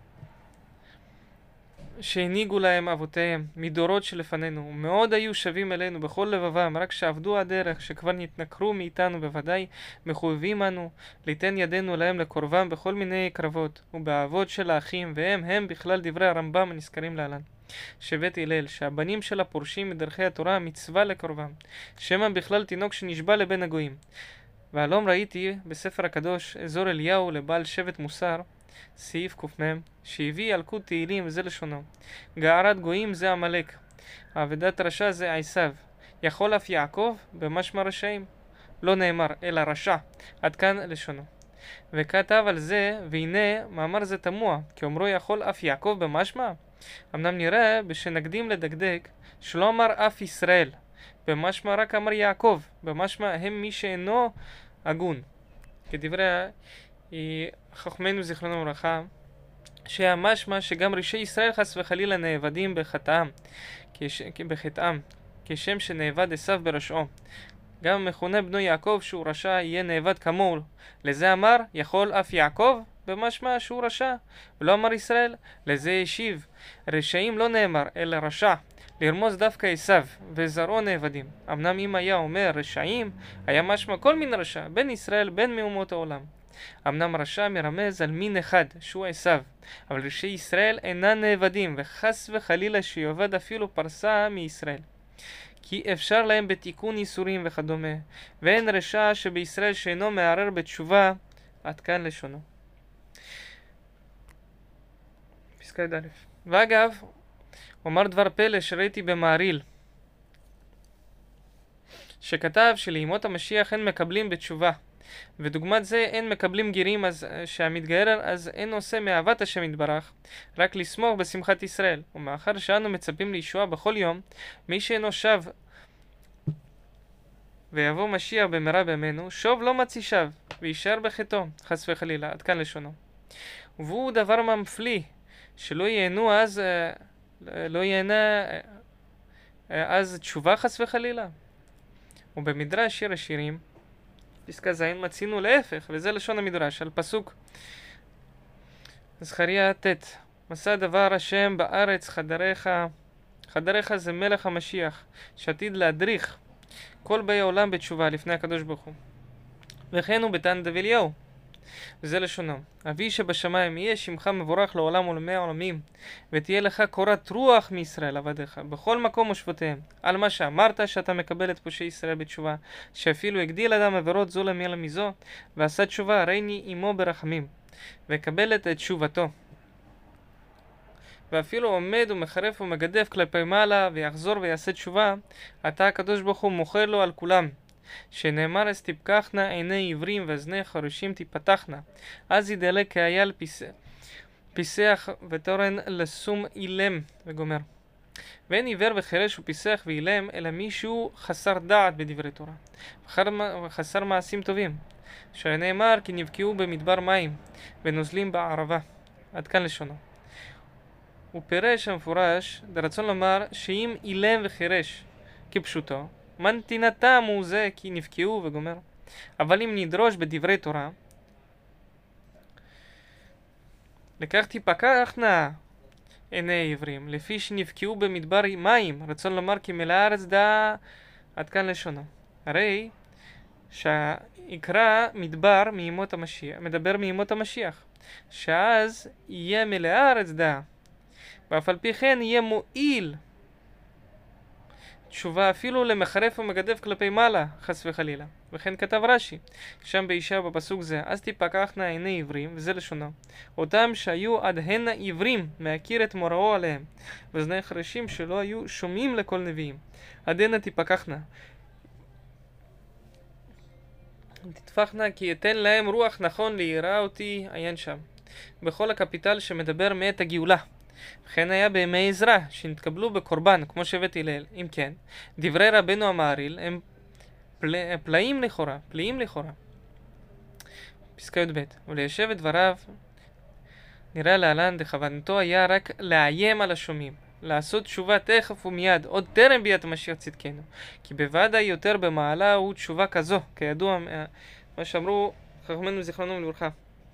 שהנהיגו להם אבותיהם מדורות שלפנינו, מאוד היו שווים אלינו בכל לבבם, רק שעבדו הדרך, שכבר נתנכרו מאיתנו, בוודאי מחויבים אנו ליתן ידינו להם לקרבם בכל מיני קרבות ובאהבות של האחים, והם הם בכלל דברי הרמב"ם הנזכרים להלן. שבית הלל, שהבנים של הפורשים מדרכי התורה מצווה לקרבם, שמא בכלל תינוק שנשבע לבן הגויים. והלום ראיתי בספר הקדוש אזור אליהו לבעל שבט מוסר, סעיף קמ"ם, שהביא ילקוט תהילים וזה לשונו: גערת גויים זה עמלק, אבדת רשע זה עשיו, יכול אף יעקב במשמע רשעים, לא נאמר אלא רשע, עד כאן לשונו. וכתב על זה, והנה מאמר זה תמוה, כי אומרו יכול אף יעקב במשמע. אמנם נראה בשנקדים לדקדק שלא אמר אף ישראל במשמע, רק אמר יעקב במשמע, הם מי שאינו הגון, כדברי חכמנו זיכרונו לברכה, שהמשמע שגם רשעי ישראל חס וחלילה נאבדים בחטאם, כש... בחטאם, כשם שנאבד עשיו ברשעו. גם מכונה בנו יעקב שהוא רשע יהיה נאבד כמוהו. לזה אמר יכול אף יעקב במשמע שהוא רשע, ולא אמר ישראל. לזה השיב רשעים לא נאמר אלא רשע, לרמוז דווקא עשיו וזרעו נאבדים. אמנם אם היה אומר רשעים, היה משמע כל מין רשע, בין ישראל בין מאומות העולם. אמנם רשע מרמז על מין אחד שהוא עשיו, אבל רשעי ישראל אינן נאבדים, וחס וחלילה שיאבד אפילו פרסה מישראל, כי אפשר להם בתיקון איסורים וכדומה, ואין רשע שבישראל שאינו מערער בתשובה. עד כאן לשונו. פסקה א'. ואגב, אומר דבר פלא שראיתי במעריל, שכתב שלימות המשיח אין מקבלים בתשובה, ודוגמת זה אין מקבלים גירים, אז שהמתגייר אז אין עושה מאהבת השם יתברך, רק לסמוך בשמחת ישראל. ומאחר שאנו מצפים לישועה בכל יום, מי שאינו שב ויבוא משיח במהרה בימינו, שוב לא מצי שב וישאר בחטאו חס וחלילה. עד כאן לשונו. והוא דבר מפליא, שלא ייהנו אז לא ייהנה אז תשובה חס וחלילה. ובמדרש שיר השירים פסקה ז' מצינו להפך, וזה לשון המדרש על פסוק זכריה ט': מסע דבר השם בארץ חדריך. חדריך זה מלך המשיח שעתיד להדריך כל באי העולם בתשובה לפני הקדוש ברוך הוא. וכן הוא בתן דוד אליהו, וזה לשונו: אבי שבשמיים יהיה שמך מבורך לעולם ולמי העולמים, ותהיה לך קורת רוח מישראל עבדיך בכל מקום ושבותיהם, על מה שאמרת שאתה מקבל את פושעי ישראל בתשובה, שאפילו הגדיל אדם עבירות זו למעלה מזו ועשה תשובה, הריני עמו ברחמים, וקבל את תשובתו, ואפילו עומד ומחרף ומגדף כלפי מעלה ויחזור ויעשה תשובה, אתה הקדוש ברוך הוא מוכר לו על כולם, שנאמר אז תפקחנה עיני עברים ואזני חרושים תפתחנה, אז ידלה כאייל פיסח ותורן לשום אילם. וגומר. ואין עיוור וחירש ופיסח ואילם אלא מישהו חסר דעת בדברי תורה וחסר מעשים טובים, שנאמר כי נבקעו במדבר מים ונוזלים בערבה. עד כאן לשונו. הוא פירש המפורש דרצון לומר שאם אילם וחירש כפשוטו, מנתינתם הוא זה כי נבקעו וגומר. אבל אם נדרוש בדברי תורה, לכך תפקחנה עיני עברים, לפי שנבקעו במדבר מים, רצון לומר כי מלאה הארץ דעה. עד כאן לשונו. הרי שיקרא מדבר מימות המשיח, מדבר מימות המשיח, שאז יהיה מלאה הארץ דעה, ואף על פי כן יהיה מועיל תשובה אפילו למחרף ומגדף כלפי מעלה חס וחלילה. וכן כתב רש"י שם באישה בפסוק זה: אז תפקחנה עיני עברים, וזה לשונו: אותם שהיו עד הנה עברים מהכיר את מוראו עליהם, ואזני חרשים שלא היו שומעים לכל נביאים, עד הנה תפקחנה תטפחנה כי אתן להם רוח נכון ליראה אותי עיין שם. בכל הקפיטל שמדבר מאת הגאולה. וכן היה בימי עזרא, שנתקבלו בקורבן, כמו שהבאתי לאל. אם כן, דברי רבנו המהרי"ל הם פל... פלאים לכאורה, פלאים לכאורה. פסקה י"ב, וליישב את דבריו נראה להלן דכוונתו היה רק לאיים על השומעים, לעשות תשובה תכף ומיד, עוד טרם ביאת המשיח צדקנו, כי בוודאי יותר במעלה הוא תשובה כזו, כידוע מה שאמרו חכמינו זיכרונם לברכה.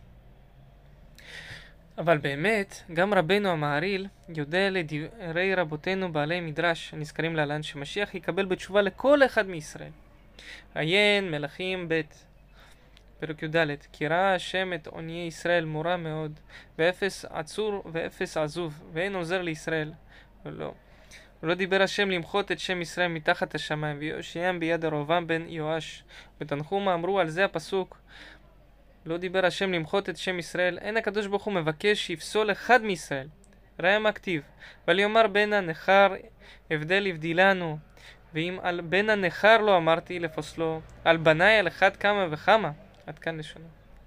אבל באמת, גם רבנו המהרי"ל יודע לדברי רבותינו בעלי מדרש הנזכרים להלן, שמשיח יקבל בתשובה לכל אחד מישראל. עיין מלכים ב' פרק י"ד, כי ראה השם את עניי ישראל מורה מאוד, ואפס עצור ואפס עזוב, ואין עוזר לישראל. ולא. ולא דיבר השם למחות את שם ישראל מתחת השמיים, ויושיעם ביד ירבעם בן יואש. בתנחומא אמרו על זה הפסוק, לא דיבר השם למחות את שם ישראל, אין הקדוש ברוך הוא מבקש שיפסול אחד מישראל. ראה מה כתיב, ויאמר בן הנכר הבדל הבדילנו, ואם על בן הנכר לא אמרתי לפוסלו, על בניי על אחד כמה וכמה. עד כאן לשונו.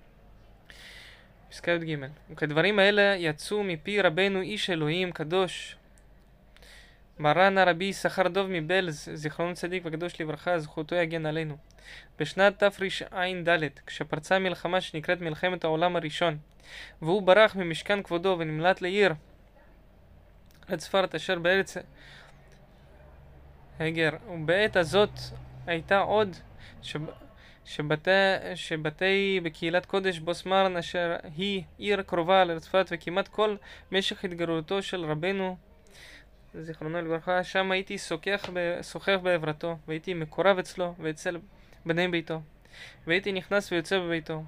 פסקה י"ג, וכדברים האלה יצאו מפי רבנו איש אלוהים קדוש מרן הרבי יששכר דוב מבעלז, זיכרונו צדיק וקדוש לברכה, זכותו יגן עלינו, בשנת תרע"ד, כשפרצה מלחמה שנקראת מלחמת העולם הראשון, והוא ברח ממשכן כבודו ונמלט לעיר לצפרת אשר בארץ הגר. ובעת הזאת הייתה עוד שב... שבתי, שבתי בקהילת קודש בוסמרן, אשר היא עיר קרובה לצפת, וכמעט כל משך התגרותו של רבנו זיכרונו לברכה, שם הייתי שוחח בעברתו, והייתי מקורב אצלו ואצל בני ביתו, והייתי נכנס ויוצא בביתו.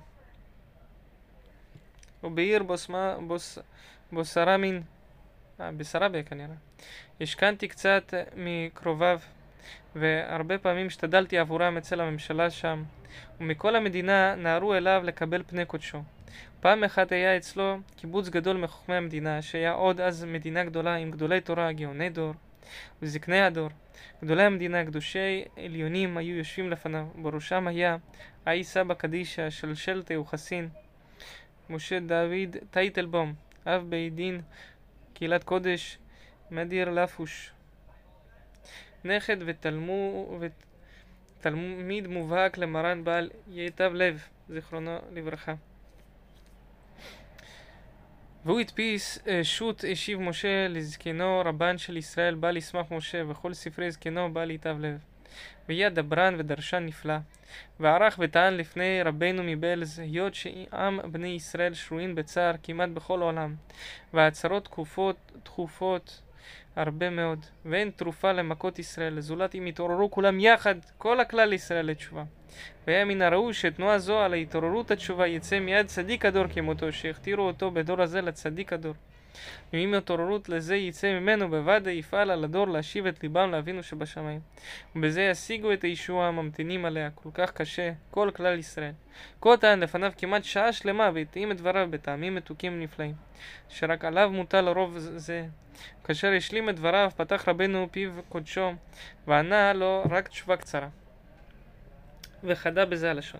ובעיר בוסמה, בוס, בוסרמין, אה, בסרביה כנראה, השכנתי קצת מקרוביו, והרבה פעמים השתדלתי עבורם אצל הממשלה שם, ומכל המדינה נערו אליו לקבל פני קודשו. פעם אחת היה אצלו קיבוץ גדול מחוכמי המדינה, שהיה עוד אז מדינה גדולה עם גדולי תורה, גאוני דור וזקני הדור. גדולי המדינה, קדושי עליונים, היו יושבים לפניו, בראשם היה האי סבא קדישא של שלטי וחסין, משה דוד טייטלבום, אב בית דין קהילת קודש מדיר לפוש, נכד ותלמו, ותלמיד מובהק למרן בעל ייטב לב, זיכרונו לברכה. והוא הדפיס שו"ת השיב משה לזקנו רבן של ישראל, בא לשמח משה, וכל ספרי זקנו בא להיטב לב, והיה דברן ודרשן נפלא, וערך וטען לפני רבנו מבעלז, היות שעם בני ישראל שרויים בצער כמעט בכל העולם, והצרות תכופות תכופות הרבה מאוד, ואין תרופה למכות ישראל, זולת אם יתעוררו כולם יחד, כל הכלל ישראל לתשובה. והיה מן הראוי שתנועה זו על ההתעוררות התשובה יצא מיד צדיק הדור כמותו, שהכתירו אותו בדור הזה לצדיק הדור. ואם התעוררות לזה יצא ממנו, בוודאי יפעל על הדור להשיב את ליבם לאבינו שבשמיים, ובזה ישיגו את הישוע הממתינים עליה כל כך קשה כל כלל ישראל. כה טען לפניו כמעט שעה שלמה, והתאים את דבריו בטעמים מתוקים ונפלאים, שרק עליו מוטל רוב זה. כאשר השלים את דבריו, פתח רבנו פיו קודשו וענה לו רק תשובה קצרה, וחדה בזה הלשון.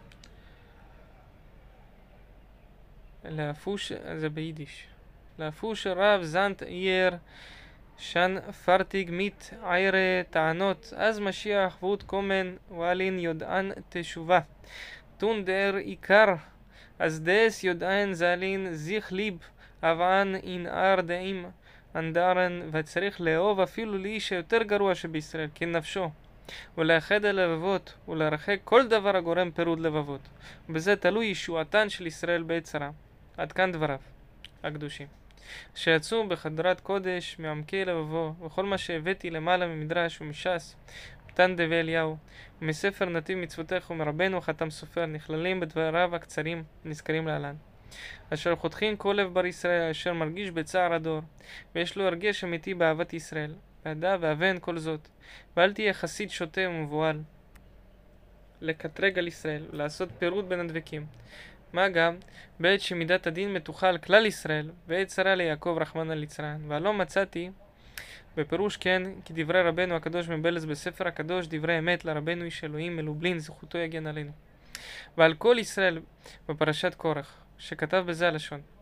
להפוש, זה ביידיש. להפוש רב זנט עיר שן פרטיג מיט עיירה טענות, אז משיח ווד קומן ואלין יודען תשובה. תון דר עיקר, אז דס יודען זלין זיך ליב, אבען אין אר דעים אנדרן, וצריך לאהוב אפילו לאיש היותר גרוע שבישראל, כנפשו, ולאחד הלבבות, ולרחק כל דבר הגורם פירוד לבבות. ובזה תלוי ישועתן של ישראל בעת צרה. עד כאן דבריו הקדושים, שיצאו בחדרת קודש מעמקי לבבו, וכל מה שהבאתי למעלה ממדרש ומש"ס, מתן דבי אליהו, ומספר נתיב מצוותיך ומרבנו חתם סופר, נכללים בדבריו הקצרים נזכרים להלן. אשר חותכין כל לב בר ישראל, אשר מרגיש בצער הדור, ויש לו הרגש אמיתי באהבת ישראל, ועדה ואבן כל זאת, ואל תהיה חסיד שוטה ומבוהל, לקטרג על ישראל, ולעשות פירוד בין הדבקים. מה גם, בעת שמידת הדין מתוחה על כלל ישראל, ועת צרה ליעקב רחמנא ליצלן, והלא מצאתי, בפירוש כן, כי דברי רבנו הקדוש מבעלז בספר הקדוש, דברי אמת לרבנו איש אלוהים מלובלין, זכותו יגן עלינו. ועל כל ישראל בפרשת קורח, שכתב בזה הלשון.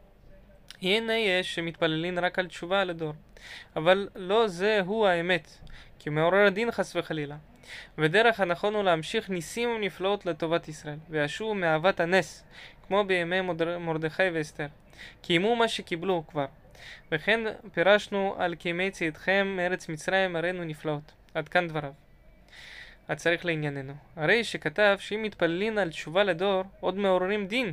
הנה יש שמתפללים רק על תשובה לדור, אבל לא זה הוא האמת, כי מעורר הדין חס וחלילה. ודרך הנכון הוא להמשיך ניסים ונפלאות לטובת ישראל, וישובו מאהבת הנס, כמו בימי מרדכי ואסתר, קיימו מה שקיבלו כבר. וכן פירשנו על כימי צאתכם מארץ מצרים הראינו נפלאות. עד כאן דבריו. הצריך לענייננו. הרי שכתב שאם מתפללים על תשובה לדור, עוד מעוררים דין.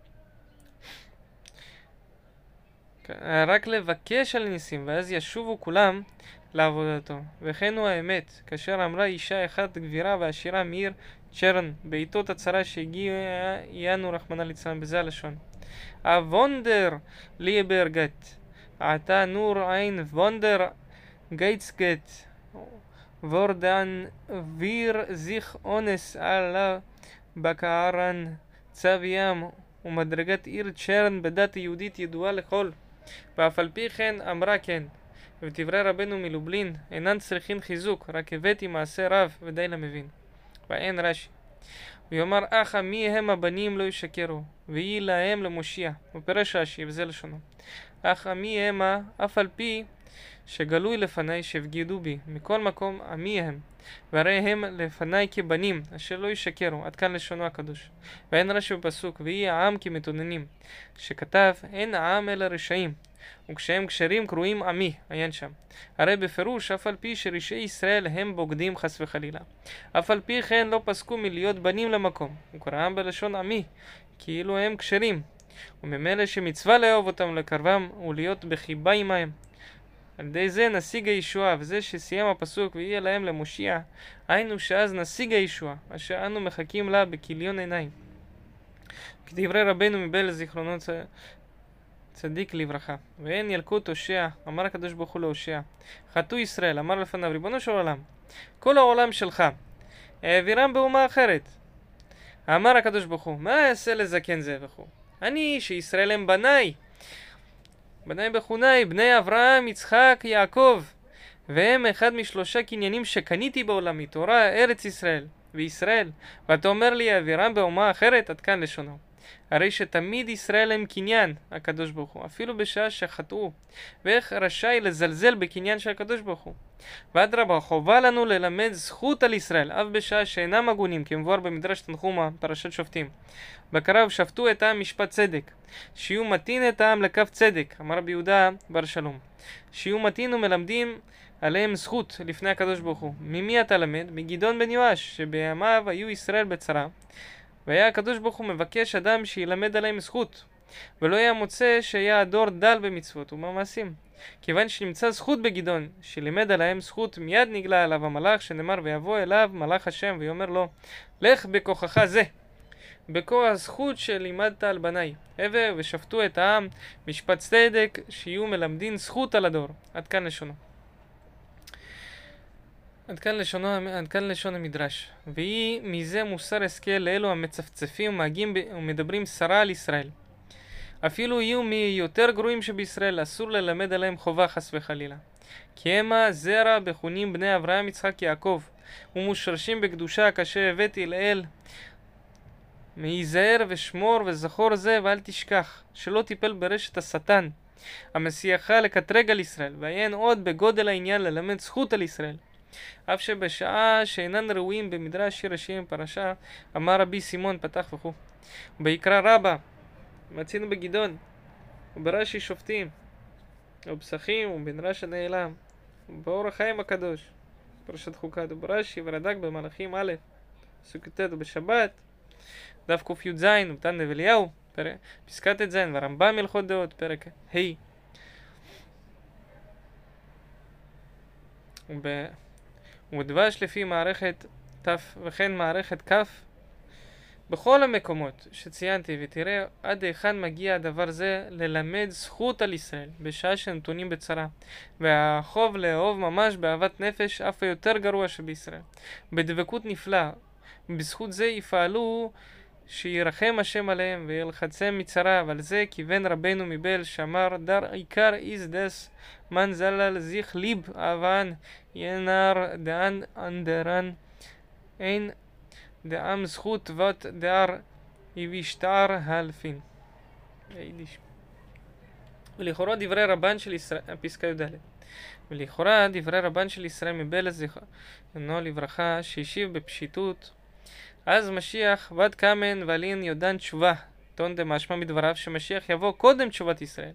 רק לבקש על ניסים, ואז ישובו כולם לעבודתו. וכן הוא האמת, כאשר אמרה אישה אחת גבירה ועשירה מעיר צ'רן, בעיתות הצרה שהגיענו רחמנא ליצלן, בזה הלשון. הוונדר ליבר גט, עתה נור עין וונדר גייטסגט, וורדן ויר זיך אונס עלה בקערן צו ים, ומדרגת עיר צ'רן בדת יהודית ידועה לכל. ואף על פי כן אמרה כן, ודברי רבנו מלובלין אינן צריכים חיזוק, רק הבאתי מעשה רב ודי למבין. ואין רש"י. ויאמר אחא מי הם הבנים לא ישקרו, ויהי להם למושיע. ופירש רש"י, וזה לשונו. אחא מי המה, אף על פי שגלוי לפני שהבגידו בי, מכל מקום עמי הם, והרי הם לפני כבנים, אשר לא ישקרו. עד כאן לשונו הקדוש. ואין רש"י בפסוק, ויהי העם כמתוננים, שכתב, אין העם אלא רשעים, וכשהם כשרים קרויים עמי, עיין שם. הרי בפירוש, אף על פי שרשעי ישראל הם בוגדים חס וחלילה, אף על פי כן לא פסקו מלהיות בנים למקום, וקראם בלשון עמי, כאילו הם כשרים, וממילא שמצווה לאהוב אותם לקרבם ולהיות בחיבה עמהם. על ידי זה נשיג הישועה, וזה שסיים הפסוק ויהיה להם למושיע, היינו שאז נשיג הישועה, אשר אנו מחכים לה בכיליון עיניים. כדברי רבנו מבעלז זיכרונו צ... צדיק לברכה. ואין ילקוט הושע, אמר הקדוש ברוך הוא להושע, חטאו ישראל, אמר לפניו, ריבונו של עולם, כל העולם שלך, העבירם באומה אחרת. אמר הקדוש ברוך הוא, מה יעשה לזקן זה וכו'? אני שישראל הם בניי, בני בחוני, בני אברהם, יצחק, יעקב, והם אחד משלושה קניינים שקניתי בעולם, מתורה, ארץ ישראל וישראל, ואתה אומר לי העבירם באומה אחרת? עד כאן לשונו. הרי שתמיד ישראל הם קניין הקדוש ברוך הוא, אפילו בשעה שחטאו, ואיך רשאי לזלזל בקניין של הקדוש ברוך הוא? ואדרבה, חובה לנו ללמד זכות על ישראל, אף בשעה שאינם הגונים, כמבואר במדרש תנחומא, פרשת שופטים. בקרב שפטו את העם משפט צדק, שיהיו מתין את העם לקו צדק, אמר רבי יהודה בר שלום. שיהיו מתין ומלמדים עליהם זכות לפני הקדוש ברוך הוא. ממי אתה למד? מגדעון בן יואש, שבימיו היו ישראל בצרה, והיה הקדוש ברוך הוא מבקש אדם שילמד עליהם זכות, ולא היה מוצא שהיה הדור דל במצוות ובמעשים. כיוון שנמצא זכות בגדעון שלימד עליהם זכות, מיד נגלה עליו המלאך, שנאמר ויבוא אליו מלאך השם ויאמר לו, לך בכוחך זה, בכוח הזכות שלימדת על בניי. הווה ושפטו את העם משפט צדק, שיהיו מלמדין זכות על הדור. עד כאן לשונו. עד כאן לשונו, עד כאן לשון המדרש. והיא מזה מוסר השכל לאלו המצפצפים ומהגים ומדברים סרה על ישראל. אפילו יהיו מיותר גרועים שבישראל, אסור ללמד עליהם חובה חס וחלילה. כי המה זרע בחונים בני אברהם יצחק יעקב, ומושרשים בקדושה כאשר הבאתי לאל. מהיזהר ושמור וזכור זה, ואל תשכח שלא תיפל ברשת השטן המסיעך לקטרג על ישראל. ועיין עוד בגודל העניין ללמד זכות על ישראל, אף שבשעה שאינן ראויים במדרש שיר השירים פרשה, אמר רבי סימון פתח וכו'. ויקרא רבה מצינו בגדעון, וברש"י שופטים, ובפסחים ובמדרש הנעלם, ובאור החיים הקדוש פרשת חוקת, וברש"י ורד"ק במלאכים א' פסוק י"ט, ובשבת דף קי"ז ובתן אליהו פסקת ט"ז, והרמב"ם הלכות דעות פרק ה'. וב... ובדבש לפי מערכת ת' וכן מערכת כ'. בכל המקומות שציינתי, ותראה עד היכן מגיע הדבר זה, ללמד זכות על ישראל בשעה שנתונים בצרה, והחוב לאהוב ממש באהבת נפש אף היותר גרוע שבישראל, בדבקות נפלאה. בזכות זה יפעלו שירחם השם עליהם וילחצם מצרה. ועל זה כיוון רבנו מבעלז שאמר, דר עיקר איז דס מן זלל זיך ליב אבן ינר דאן אנדרן אין דעם זכות ות דאר יבישתר הלפין. יידיש. ולכאורה דברי רבן של ישראל, פסקה י"ד. ולכאורה דברי רבן של ישראל מבלז זיכרונו לברכה, שהשיב בפשיטות, אז משיח וד קמן ולין יודן תשובה, טון דמשמע מדבריו שמשיח יבוא קודם תשובת ישראל.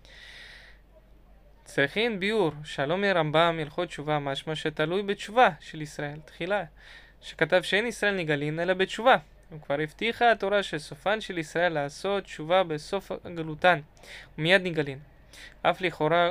צריכין ביור, שלום מרמב"ם הלכות תשובה, משמע שתלוי בתשובה של ישראל, תחילה, שכתב שאין ישראל נגלין אלא בתשובה. וכבר הבטיחה התורה שסופן של ישראל לעשות תשובה בסוף גלותן, ומיד נגלין. אף לכאורה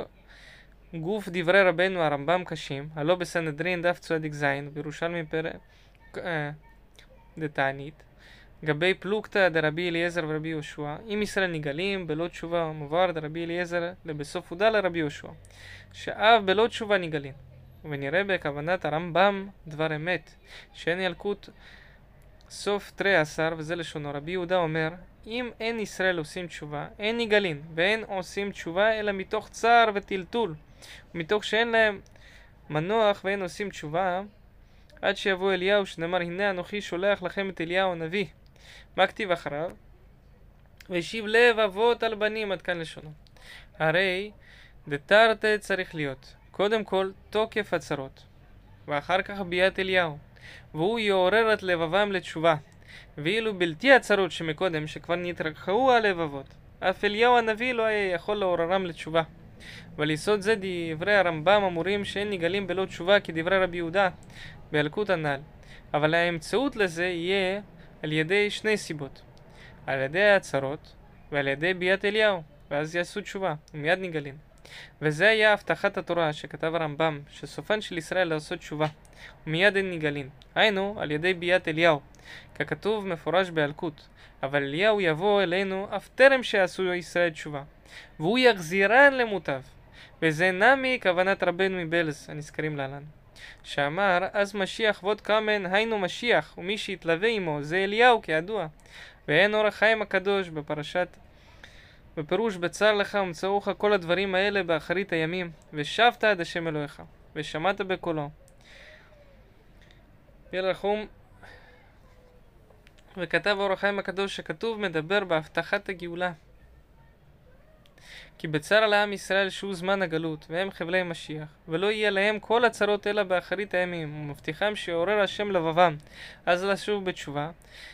גוף דברי רבנו הרמב"ם קשים, הלא בסנהדרין דף צדיק זין, בירושלמי פרק אה, דתענית, גבי פלוגתא דרבי אליעזר ורבי יהושע, אם ישראל נגלים בלא תשובה מובהר דרבי אליעזר לבסוף הודע לרבי יהושע, שאף בלא תשובה נגלין. ונראה בכוונת הרמב"ם דבר אמת, שאין ילקוט סוף תרי עשר, וזה לשונו. רבי יהודה אומר, אם אין ישראל עושים תשובה, אין נגלין, ואין עושים תשובה אלא מתוך צער וטלטול, ומתוך שאין להם מנוח ואין עושים תשובה, עד שיבוא אליהו, שנאמר, הנה אנוכי שולח לכם את אליהו הנביא. מה כתיב אחריו? והשיב לב אבות על בנים, עד כאן לשונו. הרי דתרתי צריך להיות קודם כל תוקף הצרות, ואחר כך ביאת אליהו, והוא יעורר את לבבם לתשובה. ואילו בלתי הצרות שמקודם, שכבר נתרחבו הלבבות, אף אליהו הנביא לא היה יכול לעוררם לתשובה. ועל יסוד זה דברי הרמב"ם אמורים שאין נגלים בלא תשובה כדברי רבי יהודה בילקוט הנ"ל. אבל האמצעות לזה יהיה על ידי שני סיבות, על ידי הצרות ועל ידי ביאת אליהו, ואז יעשו תשובה ומיד נגלים. וזה היה הבטחת התורה שכתב הרמב"ם, שסופן של ישראל לעשות תשובה ומיד אין נגלין, היינו על ידי ביאת אליהו, ככתוב מפורש באלקוט. אבל אליהו יבוא אלינו אף טרם שעשו ישראל תשובה, והוא יחזירן למוטב. וזה נמי כוונת רבנו מבלז הנזכרים להלן, שאמר אז משיח וד קמן, היינו משיח, ומי שיתלווה עמו זה אליהו כידוע. ואין אור החיים הקדוש בפרשת בפירוש בצר לך ומצאוך כל הדברים האלה באחרית הימים, ושבת עד השם אלוהיך ושמעת בקולו ורחום. וכתב אור החיים הקדוש שכתוב מדבר בהבטחת הגאולה, כי בצר על העם ישראל שהוא זמן הגלות והם חבלי משיח, ולא יהיה להם כל הצרות אלא באחרית הימים, ומבטיחם שיעורר השם לבבם אז לשוב בתשובה.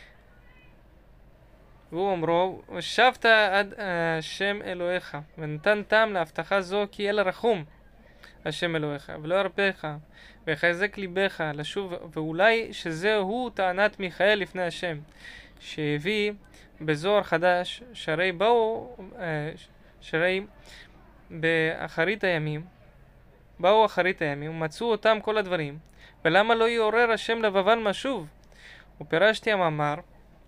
והוא אומרו ושבת עד השם אלוהיך, ונתן טעם להבטחה זו כי אל רחום השם אלוהיך ולא ירפאך ויחזק ליבך לשוב. ואולי שזהו טענת מיכאל לפני השם שהביא בזוהר חדש, שהרי באו שהרי באחרית הימים באו אחרית הימים ומצאו אותם כל הדברים, ולמה לא יעורר השם לבבן משוב? ופירשתי המאמר,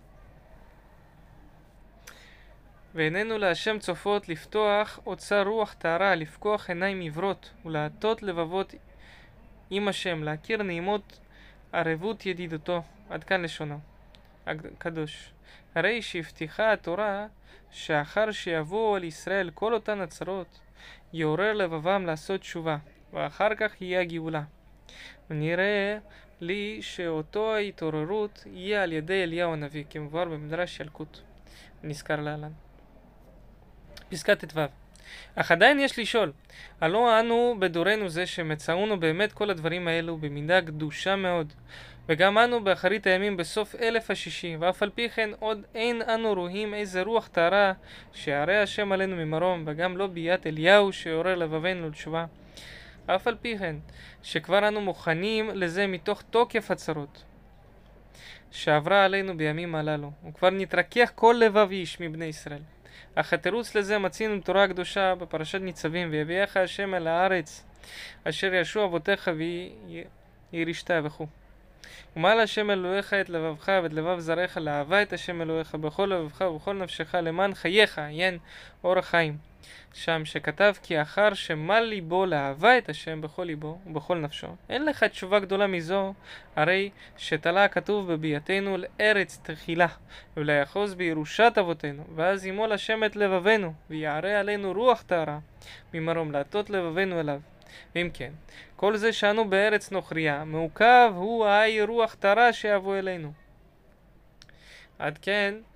ואיננו להשם צופות לפתוח אוצר רוח טהרה, לפקוח עיניים עברות ולהטות לבבות עם השם, להכיר נעימות ערבות ידידותו. עד כאן לשונו הקדוש. הרי שהבטיחה התורה שאחר שיבואו על ישראל כל אותן הצרות, יעורר לבבם לעשות תשובה, ואחר כך יהיה הגאולה. ונראה לי שאותו ההתעוררות יהיה על ידי אליהו הנביא, כמבואר במדרש ילקוט נזכר להלן. פסקת ט"ו. אך עדיין יש לשאול, הלא אנו בדורנו זה שמצאונו באמת כל הדברים האלו במידה קדושה מאוד, וגם אנו באחרית הימים בסוף אלף השישי, ואף על פי כן עוד אין אנו רואים איזה רוח טהרה שירא השם עלינו ממרום, וגם לא ביאת אליהו שיעורר לבבנו לתשובה. אף על פי כן שכבר אנו מוכנים לזה מתוך תוקף הצרות שעברה עלינו בימים הללו, וכבר נתרכך כל לבב איש מבני ישראל. אך התירוץ לזה מצינו בתורה הקדושה בפרשת ניצבים, ויביאך השם אל הארץ אשר ישו אבותיך וירישת וכו'. ומעל השם אלוהיך את לבבך ואת לבב זרעך לאהבה את השם אלוהיך בכל לבבך ובכל נפשך למען חייך, עיין אור החיים, שם שכתב כי אחר שמל ליבו לאהבה את השם בכל ליבו ובכל נפשו. אין לך תשובה גדולה מזו, הרי שתלה הכתוב בביאתנו לארץ תחילה וליחוז בירושת אבותינו, ואז ימול השם את לבבנו ויערה עלינו רוח טהרה ממרום להטות לבבנו אליו. ואם כן, כל זה שאנו בארץ נוכריה, מעוכב הוא האי רוח טהרה שיבוא אלינו. עד כן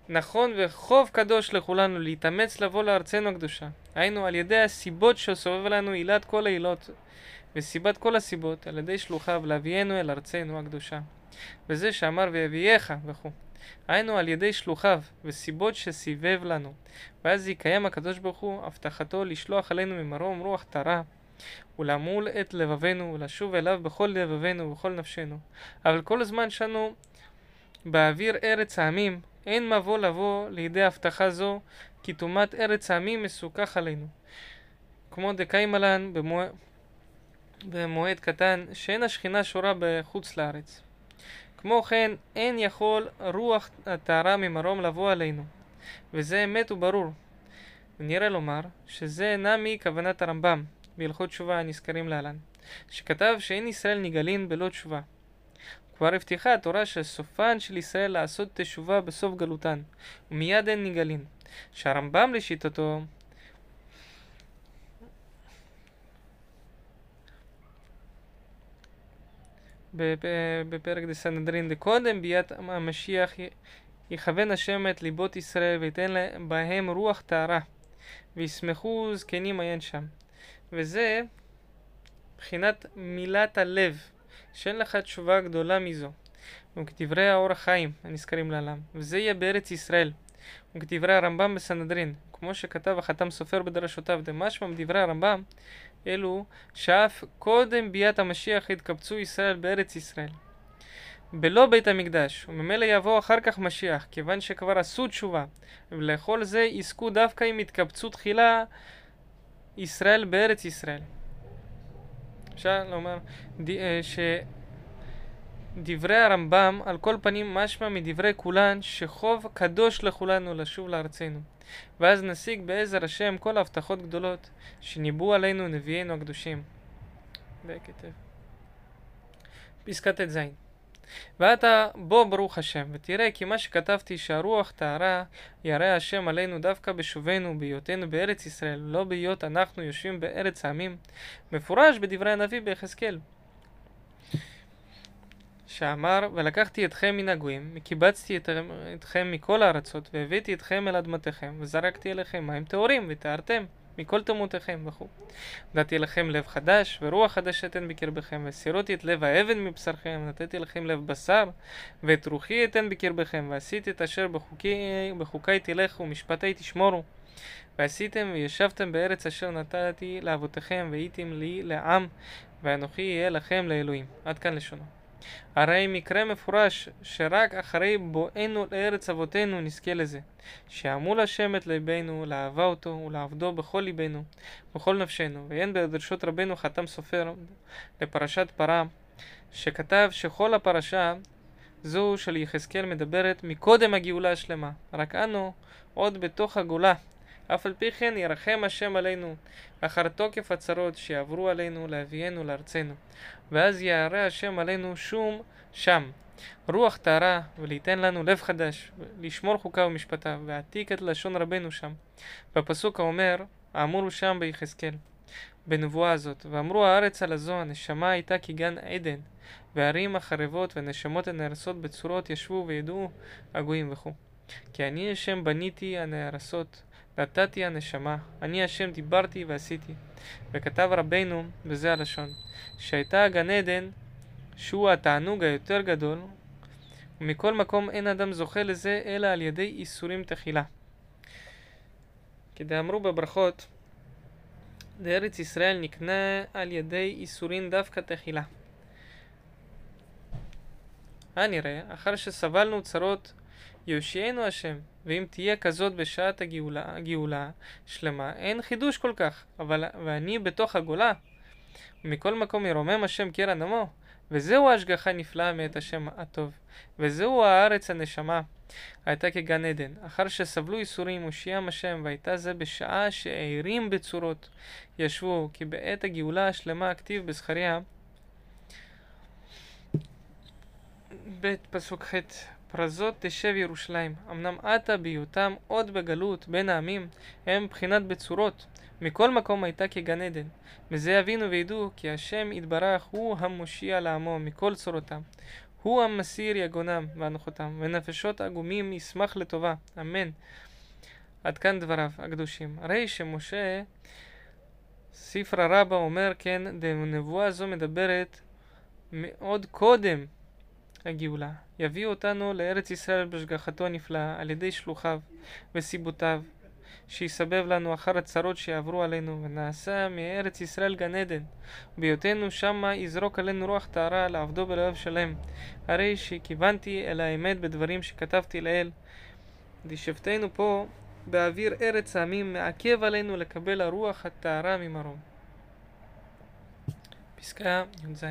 נכון וחוב קדוש לכולנו להתאמץ לבוא לארצנו הקדושה. היינו על ידי הסיבות שסובב לנו עילת כל העילות וסיבת כל הסיבות, על ידי שלוחיו להביאנו אל ארצנו הקדושה. וזה שאמר ויביאך וכו'. היינו על ידי שלוחיו וסיבות שסיבב לנו. ואז יקיים הקדוש ברוך הוא הבטחתו לשלוח עלינו ממרום רוח טהרה ולמול את לבבנו ולשוב אליו בכל לבבנו ובכל נפשנו. אבל כל הזמן שאנו באוויר ארץ העמים, אין מבוא לבוא לידי הבטחה זו, כי תומת ארץ העמים מסוכח עלינו. כמו דקיימלן במועד, במועד קטן, שאין השכינה שורה בחוץ לארץ. כמו כן, אין יכול רוח הטהרה ממרום לבוא עלינו, וזה אמת וברור. ונראה לומר שזה אינה מכוונת הרמב"ם, בהלכות תשובה הנזכרים להלן, שכתב שאין ישראל נגאלין בלא תשובה. כבר הבטיחה התורה שסופן של ישראל לעשות תשובה בסוף גלותן, ומיד אין נגאלין. שהרמב"ם לשיטתו בפרק דה סנהדרין דקודם ביאת המשיח יכוון השם את ליבות ישראל ויתן בהם רוח טהרה וישמחו זקנים עיין שם. וזה בחינת מילת הלב, שאין לך תשובה גדולה מזו, וכדברי האור החיים הנזכרים לעולם, וזה יהיה בארץ ישראל, וכדברי הרמב"ם בסנהדרין, כמו שכתב החתם סופר בדרשותיו. דמשמע מדברי הרמב"ם אלו שאף קודם ביאת המשיח יתקבצו ישראל בארץ ישראל בלא בית המקדש, וממילא יבוא אחר כך משיח, כיוון שכבר עשו תשובה, ולכל זה יזכו דווקא אם יתקבצו תחילה ישראל בארץ ישראל. אפשר לומר שדברי הרמב"ם על כל פנים משמע מדברי כולן שחוב קדוש לכולנו לשוב לארצנו, ואז נשיג בעזר השם כל ההבטחות גדולות שניבאו עלינו נביאינו הקדושים. וכתב פסקת את זין. ואתה בוא ברוך השם ותראה כי מה שכתבתי שהרוח טהרה ירא השם עלינו דווקא בשובנו בהיותנו בארץ ישראל, לא בהיות אנחנו יושבים בארץ העמים, מפורש בדברי הנביא ביחזקאל שאמר ולקחתי אתכם מן הגויים וקיבצתי אתכם מכל הארצות והבאתי אתכם אל אדמתכם וזרקתי אליכם מים טהורים וטהרתם מכל תמותיכם וכו'. נתתי לכם לב חדש ורוח חדש אתן בקרבכם, וסירותי את לב האבן מבשרכם, נתתי לכם לב בשר ואת רוחי אתן בקרבכם, ועשיתי את אשר בחוקי, בחוקי תלכו ומשפטי תשמורו, ועשיתם וישבתם בארץ אשר נתתי לאבותיכם והייתם לי לעם, ואנוכי יהיה לכם לאלוהים. עד כאן לשונו. הרי מקרה מפורש שרק אחרי בואנו לארץ אבותינו נזכה לזה, שיעמול השם את ליבנו לאהבה אותו ולעבדו בכל ליבנו בכל נפשנו. ואין בדרשות רבנו חתם סופר לפרשת פרה שכתב שכל הפרשה זו של יחזקאל מדברת מקודם הגאולה השלמה, רק אנו עוד בתוך הגאולה. אף על פי כן ירחם השם עלינו אחר תוקף הצרות שיעברו עלינו להביאנו לארצנו, ואז יערה השם עלינו שום שם רוח טהרה וליתן לנו לב חדש לשמור חוקה ומשפטיו, ועתיק את לשון רבנו שם בפסוק האומר האמור שם ביחזקאל בנבואה הזאת, ואמרו הארץ על הזו הנשמה הייתה כגן עדן, והערים החרבות והנשמות הנהרסות בצורות ישבו וידעו הגויים וכו'. כי אני השם בניתי הנהרסות, נתתי הנשמה, אני השם דיברתי ועשיתי. וכתב רבנו בזה הלשון, שהייתה גן עדן שהוא התענוג היותר גדול, ומכל מקום אין אדם זוכה לזה אלא על ידי איסורים תחילה. כדאמרו בברכות, בארץ ישראל נקנה על ידי איסורים דווקא תחילה. הנראה, אחר שסבלנו צרות יושיענו השם, ואם תהיה כזאת בשעת הגאולה, הגאולה שלמה, אין חידוש כל כך, אבל ואני בתוך הגולה, ומכל מקום ירומם השם קרן עמו, וזהו ההשגחה נפלאה מאת השם הטוב, וזהו הארץ הנשמה, הייתה כגן עדן, אחר שסבלו איסורים הושיעם השם, והייתה זה בשעה שערים בצורות ישבו, כי בעת הגאולה השלמה הכתיב בזכריה, בית פסוק ח' פרזות תשב ירושלים. אמנם עתה בהיותם עוד בגלות בין העמים הם בחינת בצורות, מכל מקום הייתה כגן עדן. וזה יבינו וידעו כי השם יתברך הוא המושיע לעמו מכל צורותם, הוא המסיר יגונם ואנוכותם, ונפשות עגומים ישמח לטובה. אמן. עד כאן דבריו הקדושים. הרי שמשה ספרא רבא אומר כן, נבואה זו מדברת מאוד קודם הגאולה. יביא אותנו לארץ ישראל בהשגחתו הנפלאה על ידי שלוחיו וסיבותיו, שיסבב לנו אחר הצרות שיעברו עלינו, ונעשה מארץ ישראל גן עדן, בהיותנו שמה יזרוק עלינו רוח טהרה לעבדו בלבב שלם. הרי שכיוונתי אל האמת בדברים שכתבתי לאל, דשבתנו פה באוויר ארץ העמים, מעכב עלינו לקבל הרוח הטהרה ממרום. פסקה י"ז.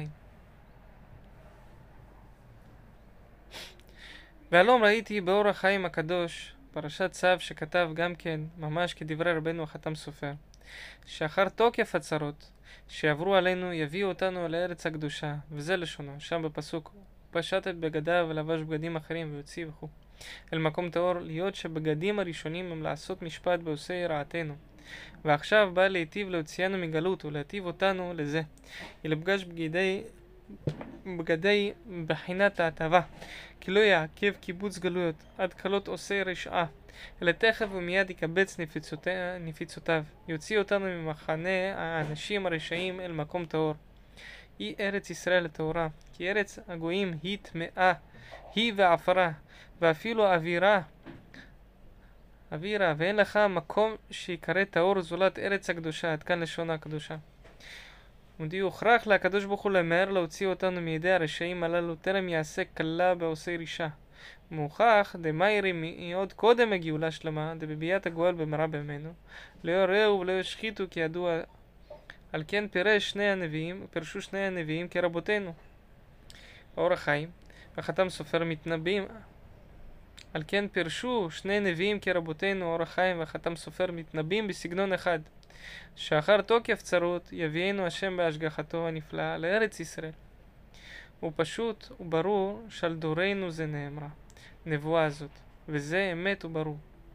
והלום ראיתי באור החיים הקדוש, פרשת צו, שכתב גם כן ממש כדברי רבנו החתם סופר, שאחר תוקף הצרות שיעברו עלינו יביאו אותנו לארץ הקדושה, וזה לשונו שם בפסוק, פשט את בגדיו ולבש בגדים אחרים ויוציא וכו' אל מקום טהור, להיות שבגדים הראשונים הם לעשות משפט בעושי רעתנו, ועכשיו בא להיטיב להוציאנו מגלות ולהיטיב אותנו לזה, ילבגש בגדי בגדי בחינת ההטבה, כי לא יעכב קיבוץ גלויות עד קלות עושי רשעה, אלא תכף ומיד יקבץ נפיצותיו, יוציא אותנו ממחנה האנשים הרשעים אל מקום טהור, היא ארץ ישראל הטהורה, כי ארץ הגויים היא טמאה, היא ועפרה, ואפילו אווירה אווירה, ואין לך מקום שיקרא טהור זולת ארץ הקדושה. עד כאן לשון הקדושה. ודי הוכרח להקדוש ברוך הוא למהר להוציא אותנו מידי הרשעים הללו, טרם יעשה קלה בעושי רישה. מוכח דמיירי מעוד קודם הגאולה שלמה, דבביאת הגואל במהרה בימינו, לא יראו ולא ישחיתו כידוע. על כן פירש שני הנביאים, פירשו שני הנביאים כרבותינו, אור החיים וחתם סופר מתנבאים. על כן פירשו שני נביאים כרבותינו, אור החיים וחתם סופר מתנבאים בסגנון אחד, שאחר תוקף צרות יביאנו השם בהשגחתו הנפלאה לארץ ישראל. ופשוט וברור שעל דורנו זה נאמרה נבואה הזאת, וזה אמת וברור.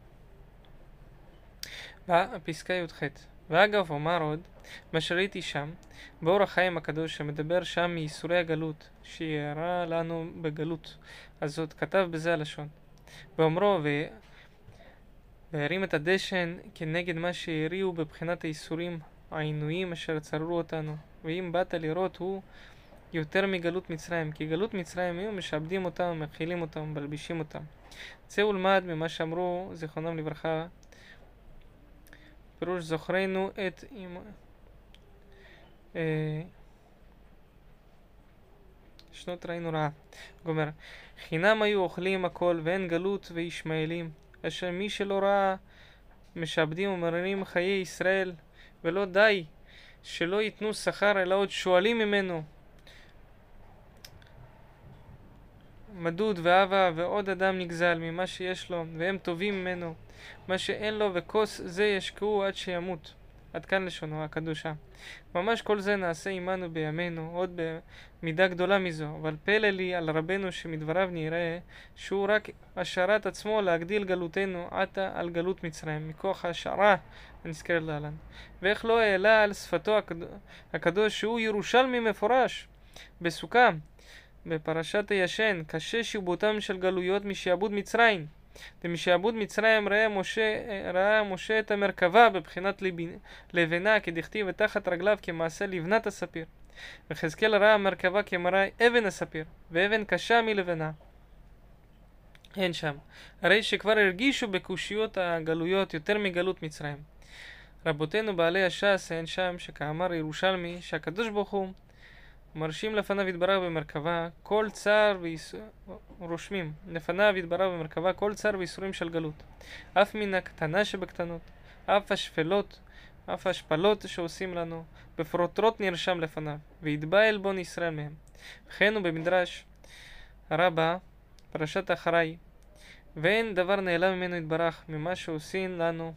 והפסקה י"ח. ואגב אומר עוד, מה שראיתי שם באור החיים הקדוש, שמדבר שם מייסורי הגלות שיראה לנו בגלות הזאת, כתב בזה הלשון, ואומרו ו... והרים את הדשן כנגד מה שהריעו בבחינת הייסורים העינויים אשר צררו אותנו. ואם באת לראות, הוא יותר מגלות מצרים, כי גלות מצרים היו משעבדים אותם, מכילים אותם, מלבישים אותם. צא ולמד ממה שאמרו זיכרונם לברכה, פירוש זוכרנו את עם... אה... שנות ראינו רעה. גומר, חינם היו אוכלים הכל, ואין גלות וישמעאלים, אשר מי שלא ראה משעבדים ומררים חיי ישראל, ולא די שלא ייתנו שכר אלא עוד שואלים ממנו מדוד ואהבה, ועוד אדם נגזל ממה שיש לו והם טובים ממנו מה שאין לו, וכוס זה ישקעו עד שימות. עד כאן לשונו הקדושה. ממש כל זה נעשה עמנו בימינו, עוד במידה גדולה מזו, אבל פלא לי על רבנו שמדבריו נראה שהוא רק השערת עצמו להגדיל גלותנו עתה על גלות מצרים, מכוח השערה הנזכרת להלן. ואיך לא העלה על שפתו הקדוש שהוא ירושלמי מפורש בסוכה בפרשת הישן, קשה שיבותם של גלויות משעבוד מצרים. ומשעבוד מצרים ראה משה, ראה משה את המרכבה בבחינת לבנה, כדכתיב ותחת רגליו כמעשה לבנת הספיר. וחזקאל ראה המרכבה כמראה אבן הספיר, ואבן קשה מלבנה אין שם, הרי שכבר הרגישו בקושיות הגלויות יותר מגלות מצרים. רבותינו בעלי הש"ס אין שם, שכאמר ירושלמי, שהקדוש ברוך הוא מרשים לפניו יתברך במרכבה כל צער ויסור, רושמים לפניו יתברך במרכבה כל צער ויסורים של גלות, אף מן הקטנה שבקטנות, אף השפלות, אף השפלות שעושים לנו, בפרוטרוט נרשם לפניו, ויתבע עלבון ישראל מהם. וכן הוא במדרש רבה, פרשת אחרי, ואין דבר נעלם ממנו יתברך ממה שעושים לנו.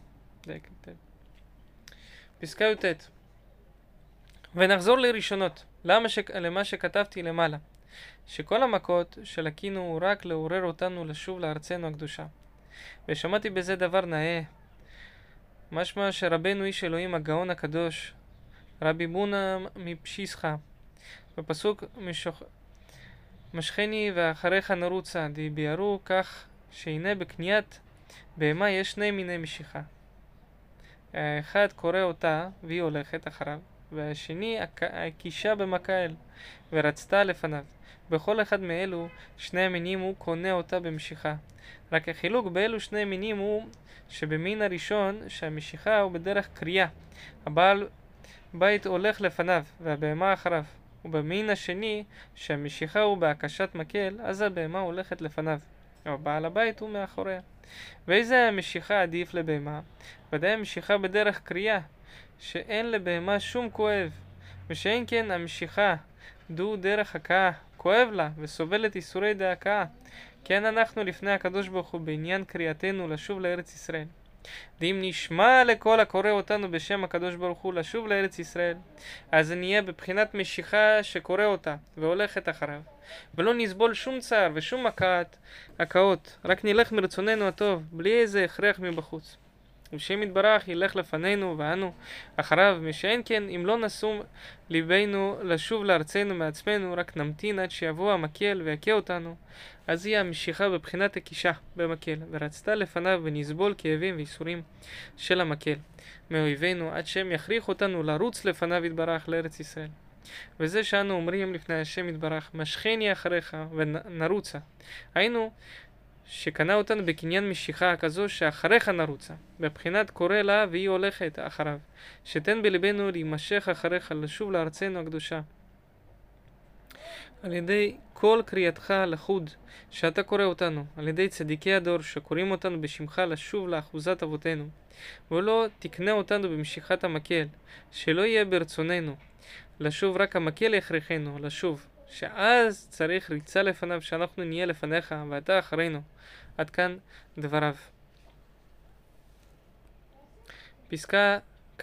פסקה י"ט. ונחזור לראשונות, למה ש... למה שכתבתי למעלה, שכל המכות שלקינו הוא רק לעורר אותנו לשוב לארצנו הקדושה. ושמעתי בזה דבר נאה, משמע שרבנו איש אלוהים הגאון הקדוש, רבי בונה מפשיסחה, בפסוק משוח... משכני ואחריך נרוצה, דיברו כך שהנה בקניית בהמה יש שני מיני משיכה. האחד קורא אותה והיא הולכת אחריו, והשני הקישה במקל ורצתה לפניו. בכל אחד מאלו שני המינים הוא קונה אותה במשיכה. רק החילוק באלו שני מינים הוא שבמין הראשון שהמשיכה הוא בדרך קריאה, הבעל בית הולך לפניו והבהמה אחריו, ובמין השני שהמשיכה הוא בהקשת מקל, אז הבהמה הולכת לפניו ובעל הבית הוא מאחוריה. ואיזה המשיכה עדיף לבהמה? ודאי המשיכה בדרך קריאה, שאין לבהמה שום כואב, ושאין כן המשיכה דו דרך הקאה, כואב לה וסובלת איסורי דהקאה. כן אנחנו לפני הקדוש ברוך הוא בעניין קריאתנו לשוב לארץ ישראל. ואם נשמע לכל הקורא אותנו בשם הקדוש ברוך הוא לשוב לארץ ישראל, אז נהיה בבחינת משיכה שקורא אותה והולכת אחריו, ולא נסבול שום צער ושום הקאות, הקאות, רק נלך מרצוננו הטוב, בלי איזה הכרח מבחוץ. ושם יתברך ילך לפנינו ואנו אחריו, משאין כן אם לא נשום ליבנו לשוב לארצנו מעצמנו, רק נמתין עד שיבוא המקל ויכה אותנו, אז היא המשיכה בבחינת הקישה במקל, ורצתה לפניו ונסבול כאבים וייסורים של המקל מאויבינו, עד שהם יכריחו אותנו לרוץ לפניו יתברך לארץ ישראל. וזה שאנו אומרים לפני השם יתברך, משכני אחריך ונרוצה, היינו שקנה אותנו בקניין משיכה כזו שאחריך נרוצה, בבחינת קורא לה והיא הולכת אחריו, שתן בלבנו להימשך אחריך לשוב לארצנו הקדושה. על ידי כל קריאתך לחוד שאתה קורא אותנו, על ידי צדיקי הדור שקוראים אותנו בשמך לשוב לאחוזת אבותינו, ולא תקנה אותנו במשיכת המקל, שלא יהיה ברצוננו לשוב, רק המקל יכריחנו לשוב, שאז צריך ריצה לפניו, שאנחנו נהיה לפניך ואתה אחרינו. עד כאן דבריו. פסקה כ'.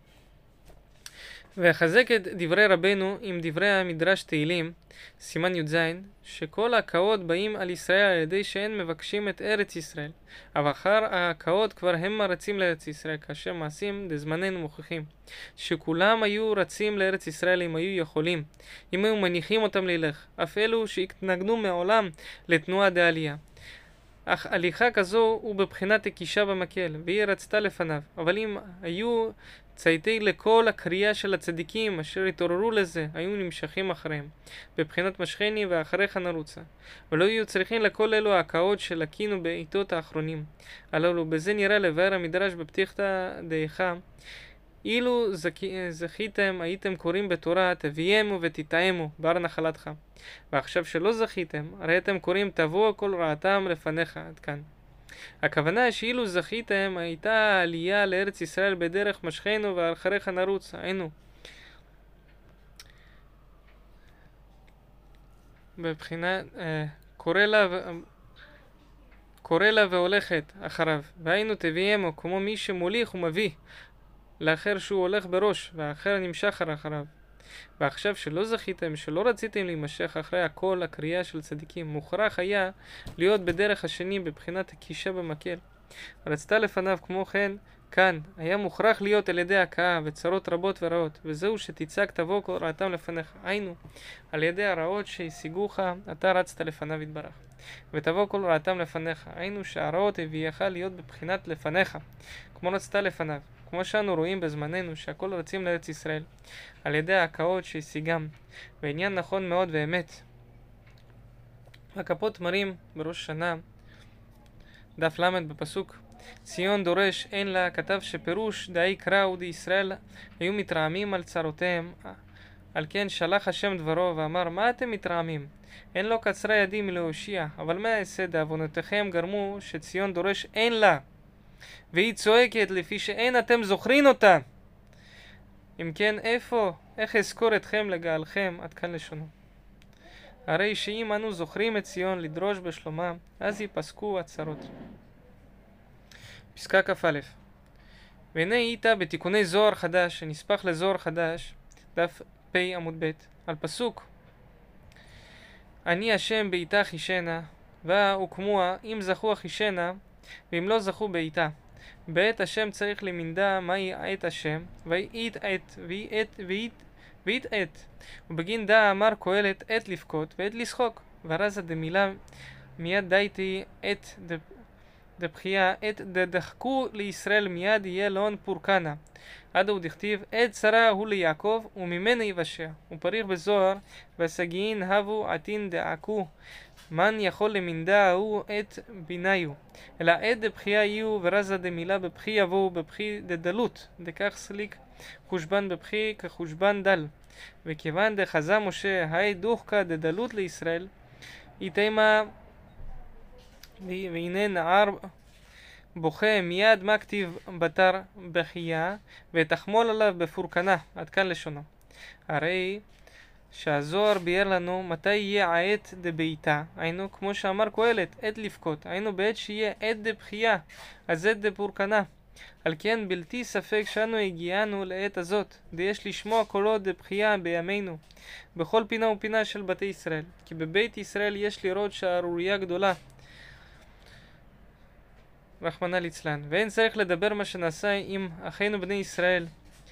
וחזק את דברי רבנו עם דברי המדרש תהילים, סימן י"ז, שכל ההקאות באים על ישראל על ידי שהן מבקשים את ארץ ישראל, אבל אחר ההקאות כבר הם מרצים לארץ ישראל, כאשר מעשים דזמננו מוכיחים שכולם היו רצים לארץ ישראל אם היו יכולים, אם היו מניחים אותם ללך, אף אלו שהתנגדו מעולם לתנועה דעלייה. אך הליכה כזו הוא בבחינת הקישה במקל, והיא רצתה לפניו. אבל אם היו צייתי לכל הקריאה של הצדיקים אשר התעוררו לזה, היו נמשכים אחריהם, בבחינת משכני ואחריך נרוצה, ולא יהיו צריכים לכל אלו ההקאות שלקינו בעיתות האחרונים. הללו בזה נראה לבאר המדרש בפתיחתא דאיכה, אילו זכיתם הייתם קוראים בתורה תביאמו ותטעמו בר נחלתך, ועכשיו שלא זכיתם הרי אתם קוראים תבוא כל רעתם לפניך. עד כאן. הכוונה שאילו זכיתם הייתה עלייה לארץ ישראל בדרך משכנו ואחריך נרוץ, היינו בבחינה אה, קורא לה ו... קורא לה והולכת אחריו, והיינו תביאמו כמו מי שמוליך ומביא לאחר שהוא הולך בראש והאחר נמשך אחריו. ועכשיו שלא זכיתם, שלא רציתם להימשך אחרי הכל הקריאה של צדיקים, מוכרח היה להיות בדרך השני בבחינת הקישה במקל. רצתה לפניו כמו כן כאן, היה מוכרח להיות על ידי הקאה וצרות רבות ורעות, וזהו שתצעק תבוא כל רעתם לפניך, היינו על ידי הרעות שהשיגוך אתה רצת לפניו יתברך, ותבוא כל רעתם לפניך, היינו שהרעות הביאך להיות בבחינת לפניך כמו רצתה לפניו, כמו שאנו רואים בזמננו שהכל רצים לארץ ישראל על ידי ההקאות שהשיגם, ועניין נכון מאוד ואמת. הכפות מרים בראש שנה דף למד בפסוק ציון דורש אין לה, כתב שפירוש דאי קראו די ישראל היו מתרעמים על צרותיהם, על כן שלח השם דברו ואמר מה אתם מתרעמים, אין לו קצרה ידי מלהושיע, אבל מה אעשה דאבונותיכם גרמו שציון דורש אין לה והיא צועקת לפי שאין אתם זוכרין אותה. אם כן איפה, איך אזכור אתכם לגאלכם? עד כאן לשונו. הרי שאם אנו זוכרים את ציון לדרוש בשלומה, אז ייפסקו הצרות. פסקה כ"א. והנה איתה בתיקוני זוהר חדש שנספח לזוהר חדש דף פ עמוד ב' על פסוק אני השם בעיתה חישנה והוקמוה אם זכו החישנה ואם לא זכו בעיתה. בעת השם צריך למינדה מהי עת השם ויהית עת ויהית ויהית ויהית עת, ובגין דה אמר קהלת עת לבכות ועת לשחוק, ורזה דמילה מיד דייתי את דבחייה את דדחקו לישראל מיד יהיה לאון פורקנה. עד הוא דכתיב עת צרה הוא ליעקב וממנה יבשע. ופריך בזוהר והסגיין הבו עתין דעקו מן יכול למנדה ההוא את ביניו. אלא עת דבחייה יהיו ורזה דמילה בבחי יבואו בבחי דדלות דכך סליק חושבן בבחי כחושבן דל. וכיוון דחזה משה היי דוחקה דדלות לישראל איתמה והנה נער בוכה מיד מה כתיב בתר בחייה ותחמול עליו בפורקנה. עד כאן לשונו. הרי שהזוהר ביאר לנו מתי יהיה העת דביתה, היינו כמו שאמר קהלת עת לבכות, היינו בעת שיהיה עת דבחייה אז עת דפורקנה. על כן בלתי ספק שאנו הגיענו לעת הזאת ויש לשמוע קולו דבחייה בימינו בכל פינה ופינה של בתי ישראל, כי בבית ישראל יש לראות שערוריה גדולה רחמנא ליצלן, ואין צריך לדבר מה שנעשה עם אחינו בני ישראל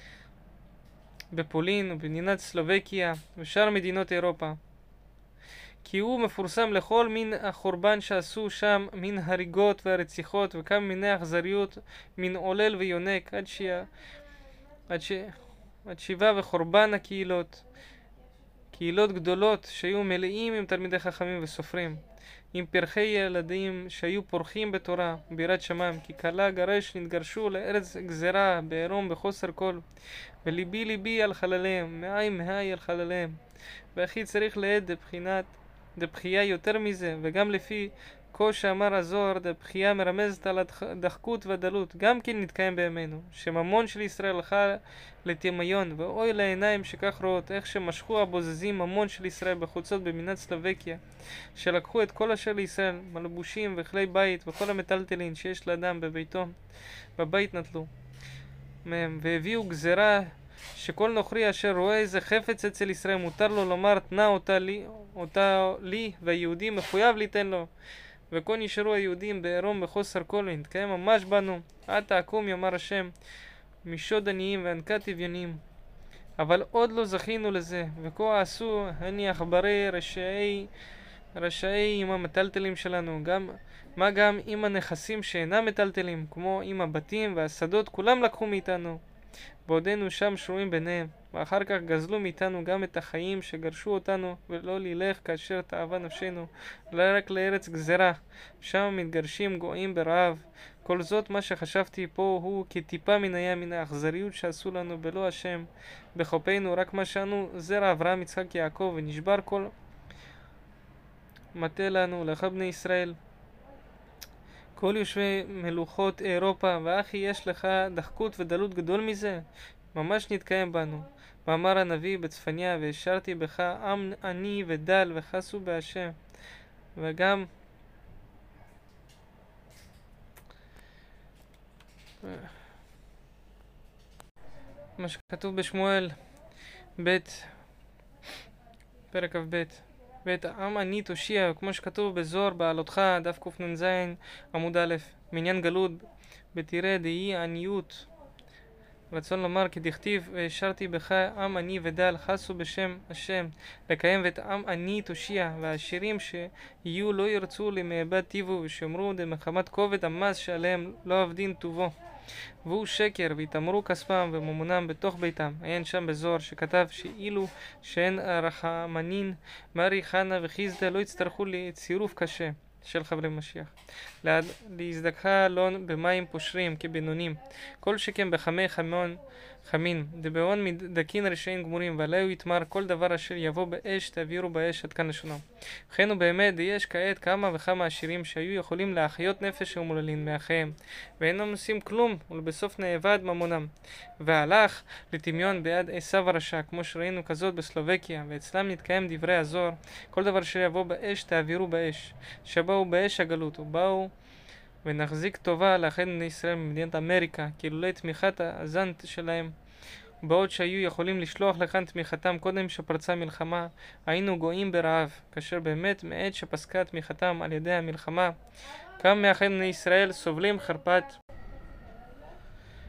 בפולין ובמדינת סלובקיה ושאר מדינות אירופה, כי הוא מפורסם לכל מין החורבן שעשו שם, מן הריגות והרציחות וכמה מיני אכזריות, מן עולל ויונק עד, ש... עד, ש... עד שיבה וחורבן הקהילות, קהילות גדולות שהיו מלאים עם תלמידי חכמים וסופרים, עם פרחי ילדים שהיו פורחים בתורה ביראת שמיים, כי כלה גרש נתגרשו לארץ גזרה בעירום בחוסר כל, וליבי ליבי על חלליהם, מאי מאי על חלליהם. והכי צריך לעד דבחינת דבחייה יותר מזה, וגם לפי כה שאמר הזוהר דבחייה מרמזת על הדחקות והדלות, גם כן נתקיים בימינו, שממון של ישראל הלכה לטמיון, ואוי לעיניים שכך רואות איך שמשכו הבוזזים ממון של ישראל בחוצות במדינת סלובקיה, שלקחו את כל אשר לישראל, מלבושים וכלי בית וכל המטלטלין שיש לאדם בביתו, בבית נטלו מהם, והביאו גזרה שכל נוכרי אשר רואה איזה חפץ אצל ישראל מותר לו לומר תנה אותה לי, אותה לי, והיהודי מחויב ליתן לו. וכה נשארו היהודים בעירום בחוסר כל, ונתקיים ממש בנו עד תעקום יאמר השם משוד עניים ואנקת אביונים. אבל עוד לא זכינו לזה, וכה עשו הני עכברי רשעי רשעי עם המטלטלים שלנו, גם מה גם עם הנכסים שאינם מטלטלים, כמו עם הבתים והשדות, כולם לקחו מאיתנו בעודנו שם שרויים ביניהם, ואחר כך גזלו מאיתנו גם את החיים שגרשו אותנו, ולא ללך כאשר תאווה נפשנו, לא רק לארץ גזרה, שם מתגרשים גויים ברעב. כל זאת מה שחשבתי פה הוא כטיפה מן הים, מן האכזריות שעשו לנו בלא השם בחופנו, רק מה שאנו זרע אברהם יצחק יעקב, ונשבר כל מטה לנו לאחר בני ישראל. כל יושבי מלוכות אירופה, ואחי יש לך דחקות ודלות גדול מזה? ממש נתקיים בנו. מאמר הנביא בצפניה, והשארתי בך עם עני ודל וחסו בהשם. וגם מה שכתוב בשמואל ב' פרק כ"ב, ואת העם עני תושיע, כמו שכתוב בזוהר בעלותך דף קנ"ז עמוד א', מעניין גלות בתראה דהי עניות, רצון לומר כי דכתיב והשארתי בך עם עני ודל חסו בשם השם, לקיים ואת עם עני תושיע, והעשירים שיהיו לא ירצו למאבד טיבו, ושאמרו דמחמת כובד המס שעליהם לא עבדין טובו, והוא שקר, ויתאמרו כספם וממונם בתוך ביתם. עיין שם בזוהר שכתב שאילו שאין רחמנין מרי חנה וחיסדא לא יצטרכו לצירוף קשה של חברי משיח להזדככה לון במים פושרים כבינונים, כל שכן בחמי חמון חמין דבעון מדקין רשעים גמורים, ועליהו יתמר כל דבר אשר יבוא באש תעבירו באש. עד כאן לשונו. וכן ובאמת יש כעת כמה וכמה עשירים שהיו יכולים להחיות נפש ומוללין מאחיהם, ואינם עושים כלום, ולבסוף נאבד ממונם, והלך לטמיון ביד עשיו הרשע, כמו שראינו כזאת בסלובקיה. ואצלם נתקיים דברי הזוהר, כל דבר אשר יבוא באש תעבירו באש, שבאו באש הגלות, ובאו ונחזיק טובה לאחינו בני ישראל ממדינת אמריקה, כי לולא תמיכת הזנט שלהם, בעוד שהיו יכולים לשלוח לכאן תמיכתם קודם שפרצה מלחמה, היינו גויים ברעב, כאשר באמת מעת שפסקה תמיכתם על ידי המלחמה, כמה מאחינו בני ישראל סובלים חרפת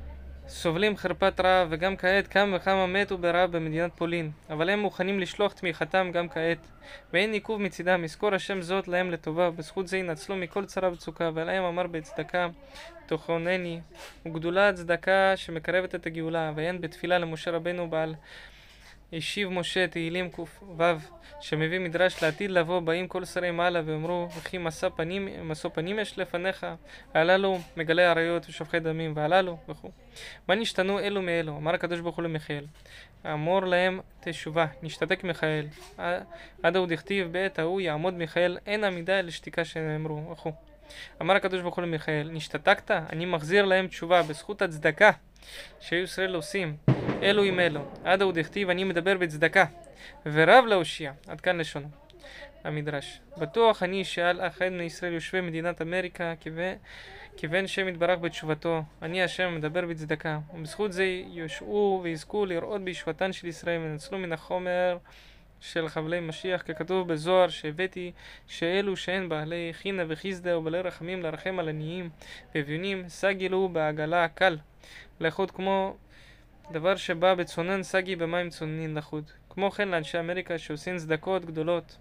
סובלים חרפת רעב, וגם כעת כמה וכמה מתו ברעב במדינת פולין, אבל הם מוכנים לשלוח תמיכתם גם כעת, ואין עיכוב מצידם. יזכור השם זאת להם לטובה, ובזכות זה ינצלו מכל צרה וצוקה. ועליהם אמר בצדקה תוכנני, וגדולה הצדקה שמקרבת את הגאולה. ואין בתפילה למשה רבנו בעל השיב משה תהילים ק"ו, שמביא מדרש לעתיד לבוא, באים כל שרי מעלה ואומרו, וכי משא פנים, משוא פנים יש לפניך, הללו מגלי עריות ושופכי דמים, והללו וכו'. מה נשתנו אלו מאלו? אמר הקדוש ברוך הוא למיכאל, אמור להם תשובה, נשתתק מיכאל, עד ההוא דכתיב בעת ההוא יעמוד מיכאל, אין עמידה לשתיקה שנאמרו וכו'. אמר הקדוש ברוך הוא למיכאל, נשתתקת? אני מחזיר להם תשובה בזכות הצדקה שהיו ישראל עושים אלו עם אלו, עד ההוא דכתיב אני מדבר בצדקה ורב להושיע. עד כאן לשונו המדרש. בטוח אני שעל אחד מישראל יושבי מדינת אמריקה כיוון שם יתברך בתשובתו, אני השם מדבר בצדקה, ובזכות זה יושעו ויזכו לראות בישועתן של ישראל ונצלו מן החומר של חבלי משיח, ככתוב בזוהר שהבאתי, שאלו שאין בעלי חינה וחיסדה ובעלי רחמים לרחם על עניים ואביונים, סגילו בעגלה קל לאחוד, כמו דבר שבא בצונן סגי במים צוננים לחוד. כמו כן לאנשי אמריקה שעושים צדקות גדולות,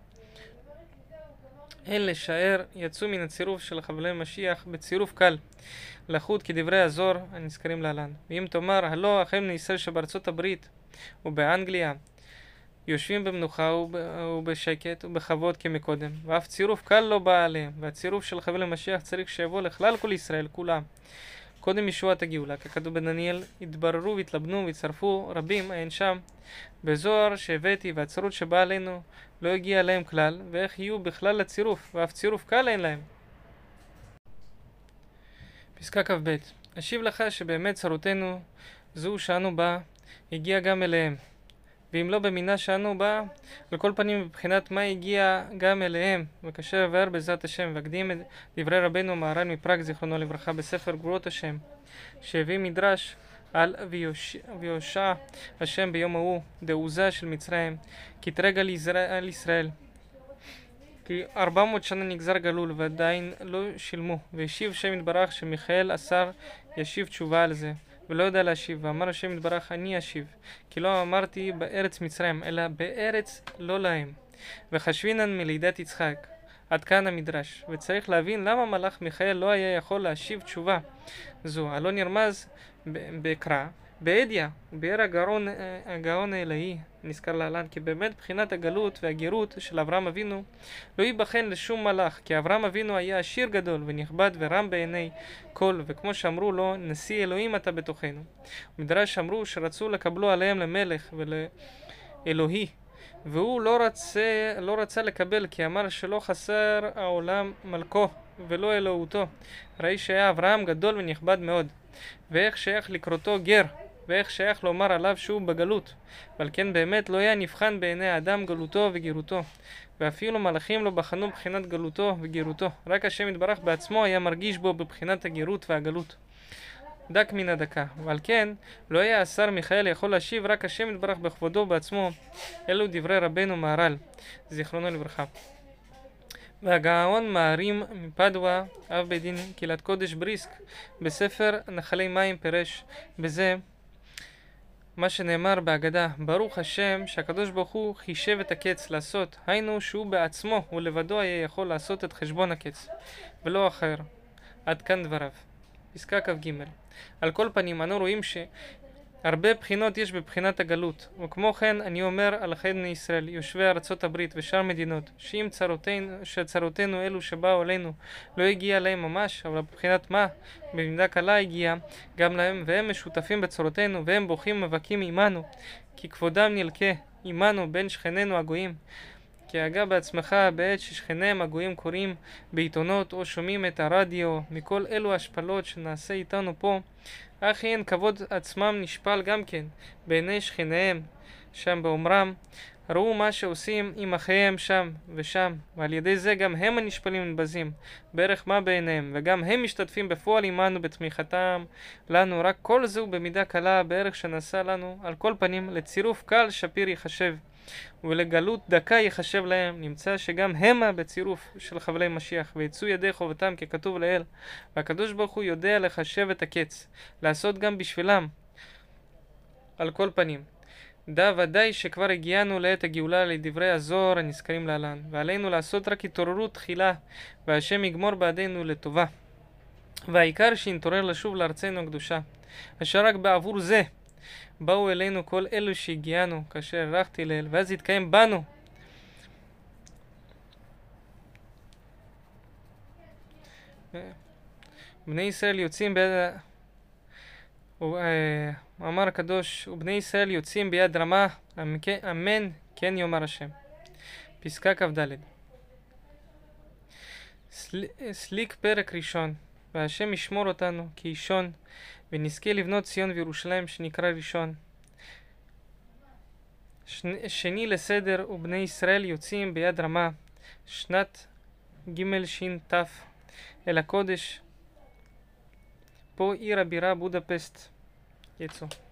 אין לשער, יצאו מן הצירוף של חבלי משיח בצירוף קל לחוד, כדברי הזוהר הנזכרים להלן. ואם תאמר, הלא החל מישראל שבארצות הברית ובאנגליה יושבים במנוחה ובשקט ובכבוד כמקודם, ואף צירוף קל לא בא עליהם, והצירוף של חבלי משיח צריך שיבוא לכלל כל ישראל כולם קודם ישועת הגאולה, ככתוב בדניאל, התבררו והתלבנו והצטרפו רבים אין שם בזוהר שהבאתי, והצירוף שבא עלינו לא הגיע להם כלל, ואיך יהיו בכלל לצירוף, ואף צירוף קל אין להם. פסקה כ"ב. אשיב לך שבאמת צרותנו זו שאנו בה הגיע גם אליהם, ואם לא במינה שאנו בה, על כל פנים מבחינת מה הגיע גם אליהם, וכאשר אבאר בעזרת השם, ואקדים את דברי רבנו מהר"ל מפראג זיכרונו לברכה בספר גבורות השם, שהביא מדרש על ויושע השם ביום ההוא דעוזה של מצרים, קטרג על ישראל, כי ארבע מאות שנה נגזר גלול ועדיין לא שילמו, והשיב שם יתברך שמיכאל אסר ישיב תשובה על זה ולא יודע להשיב, ואמר השם יתברך אני אשיב, כי לא אמרתי בארץ מצרים אלא בארץ לא להם, וחשבינן מלידת יצחק. עד כאן המדרש. וצריך להבין למה מלאך מיכאל לא היה יכול להשיב תשובה זו, הלא נרמז בקרא בעדיה ובאר הגאון, הגאון האלוהי נזכר להלן, כי באמת בחינת הגלות והגירות של אברהם אבינו לא ייבחן לשום מלאך, כי אברהם אבינו היה עשיר גדול ונכבד ורם בעיני כל, וכמו שאמרו לו נשיא אלוהים אתה בתוכנו. מדרש אמרו שרצו לקבלו עליהם למלך ולאלוהי, והוא לא רצה, לא רצה לקבל, כי אמר שלא חסר העולם מלכו ולא אלוהותו. ראי שהיה אברהם גדול ונכבד מאוד, ואיך שייך לקרותו גר, ואיך שייך לומר עליו שהוא בגלות, ועל כן באמת לא היה נבחן בעיני האדם גלותו וגירותו, ואפילו מלאכים לא בחנו בחינת גלותו וגירותו, רק השם יתברך בעצמו היה מרגיש בו בבחינת הגירות והגלות. דק מן הדקה, ועל כן לא היה השר מיכאל יכול להשיב, רק השם יתברך בכבודו בעצמו. אלו דברי רבנו מהר"ל זיכרונו לברכה. והגאון מהרים מפדווה, אב בית דין קהילת קודש בריסק, בספר נחלי מים פירש בזה מה שנאמר בהגדה, ברוך השם שהקדוש ברוך הוא חישב את הקץ לעשות, היינו שהוא בעצמו ולבדו היה יכול לעשות את חשבון הקץ ולא אחר. עד כאן דבריו. פסקה כ"ג. על כל פנים אנו רואים שהרבה בחינות יש בבחינת הגלות, וכמו כן אני אומר על אחד מישראל יושבי ארצות הברית ושאר מדינות, שאם צרותינו, שצרותינו אלו שבאו עלינו לא הגיע להם ממש, אבל בבחינת מה במידה קלה הגיע גם להם, והם משותפים בצרותינו והם בוכים מבכים עמנו, כי כבודם נלקה עמנו בין שכנינו הגויים. כי הגע בעצמך בעת ששכניהם הגויים קוראים בעיתונות או שומעים את הרדיו מכל אלו השפלות שנעשה איתנו פה, אך אין כבוד עצמם נשפל גם כן בעיני שכניהם שם באומרם, ראו מה שעושים עם אחיהם שם ושם, ועל ידי זה גם הם הנשפלים נבזים בערך מה בעיניהם, וגם הם משתתפים בפועל עמנו בתמיכתם לנו, רק כל זהו במידה קלה בערך שנעשה לנו. על כל פנים לצירוף קל שפיר יחשב, ולגלות דקה יחשב להם. נמצא שגם המה בצירוף של חבלי משיח, ויצאו ידי חובתם ככתוב לאל, והקדוש ברוך הוא יודע לחשב את הקץ, לעשות גם בשבילם על כל פנים. דע ודאי שכבר הגיענו לעת הגאולה לדברי הזוהר הנזכרים להלן, ועלינו לעשות רק התעוררות תחילה, והשם יגמור בעדינו לטובה. והעיקר שנתעורר לשוב לארצנו הקדושה, אשר רק בעבור זה באו אלינו כל אלו שהגיענו כאשר ערכתי לאל, ואז יתקיים בנו בני ישראל יוצאים ביד, אמר הקדוש, ובני ישראל יוצאים ביד רמה, אמן כן יאמר השם. פסקה כ"ד. סליק פרק ראשון. והשם ישמור אותנו כאישון, ונזכה לבנות ציון וירושלים שנקרא ראשון. שני לסדר, ובני ישראל יוצאים ביד רמה, שנת ג' ש"ת אל הקודש, פה עיר הבירה בודפסט. יצאו.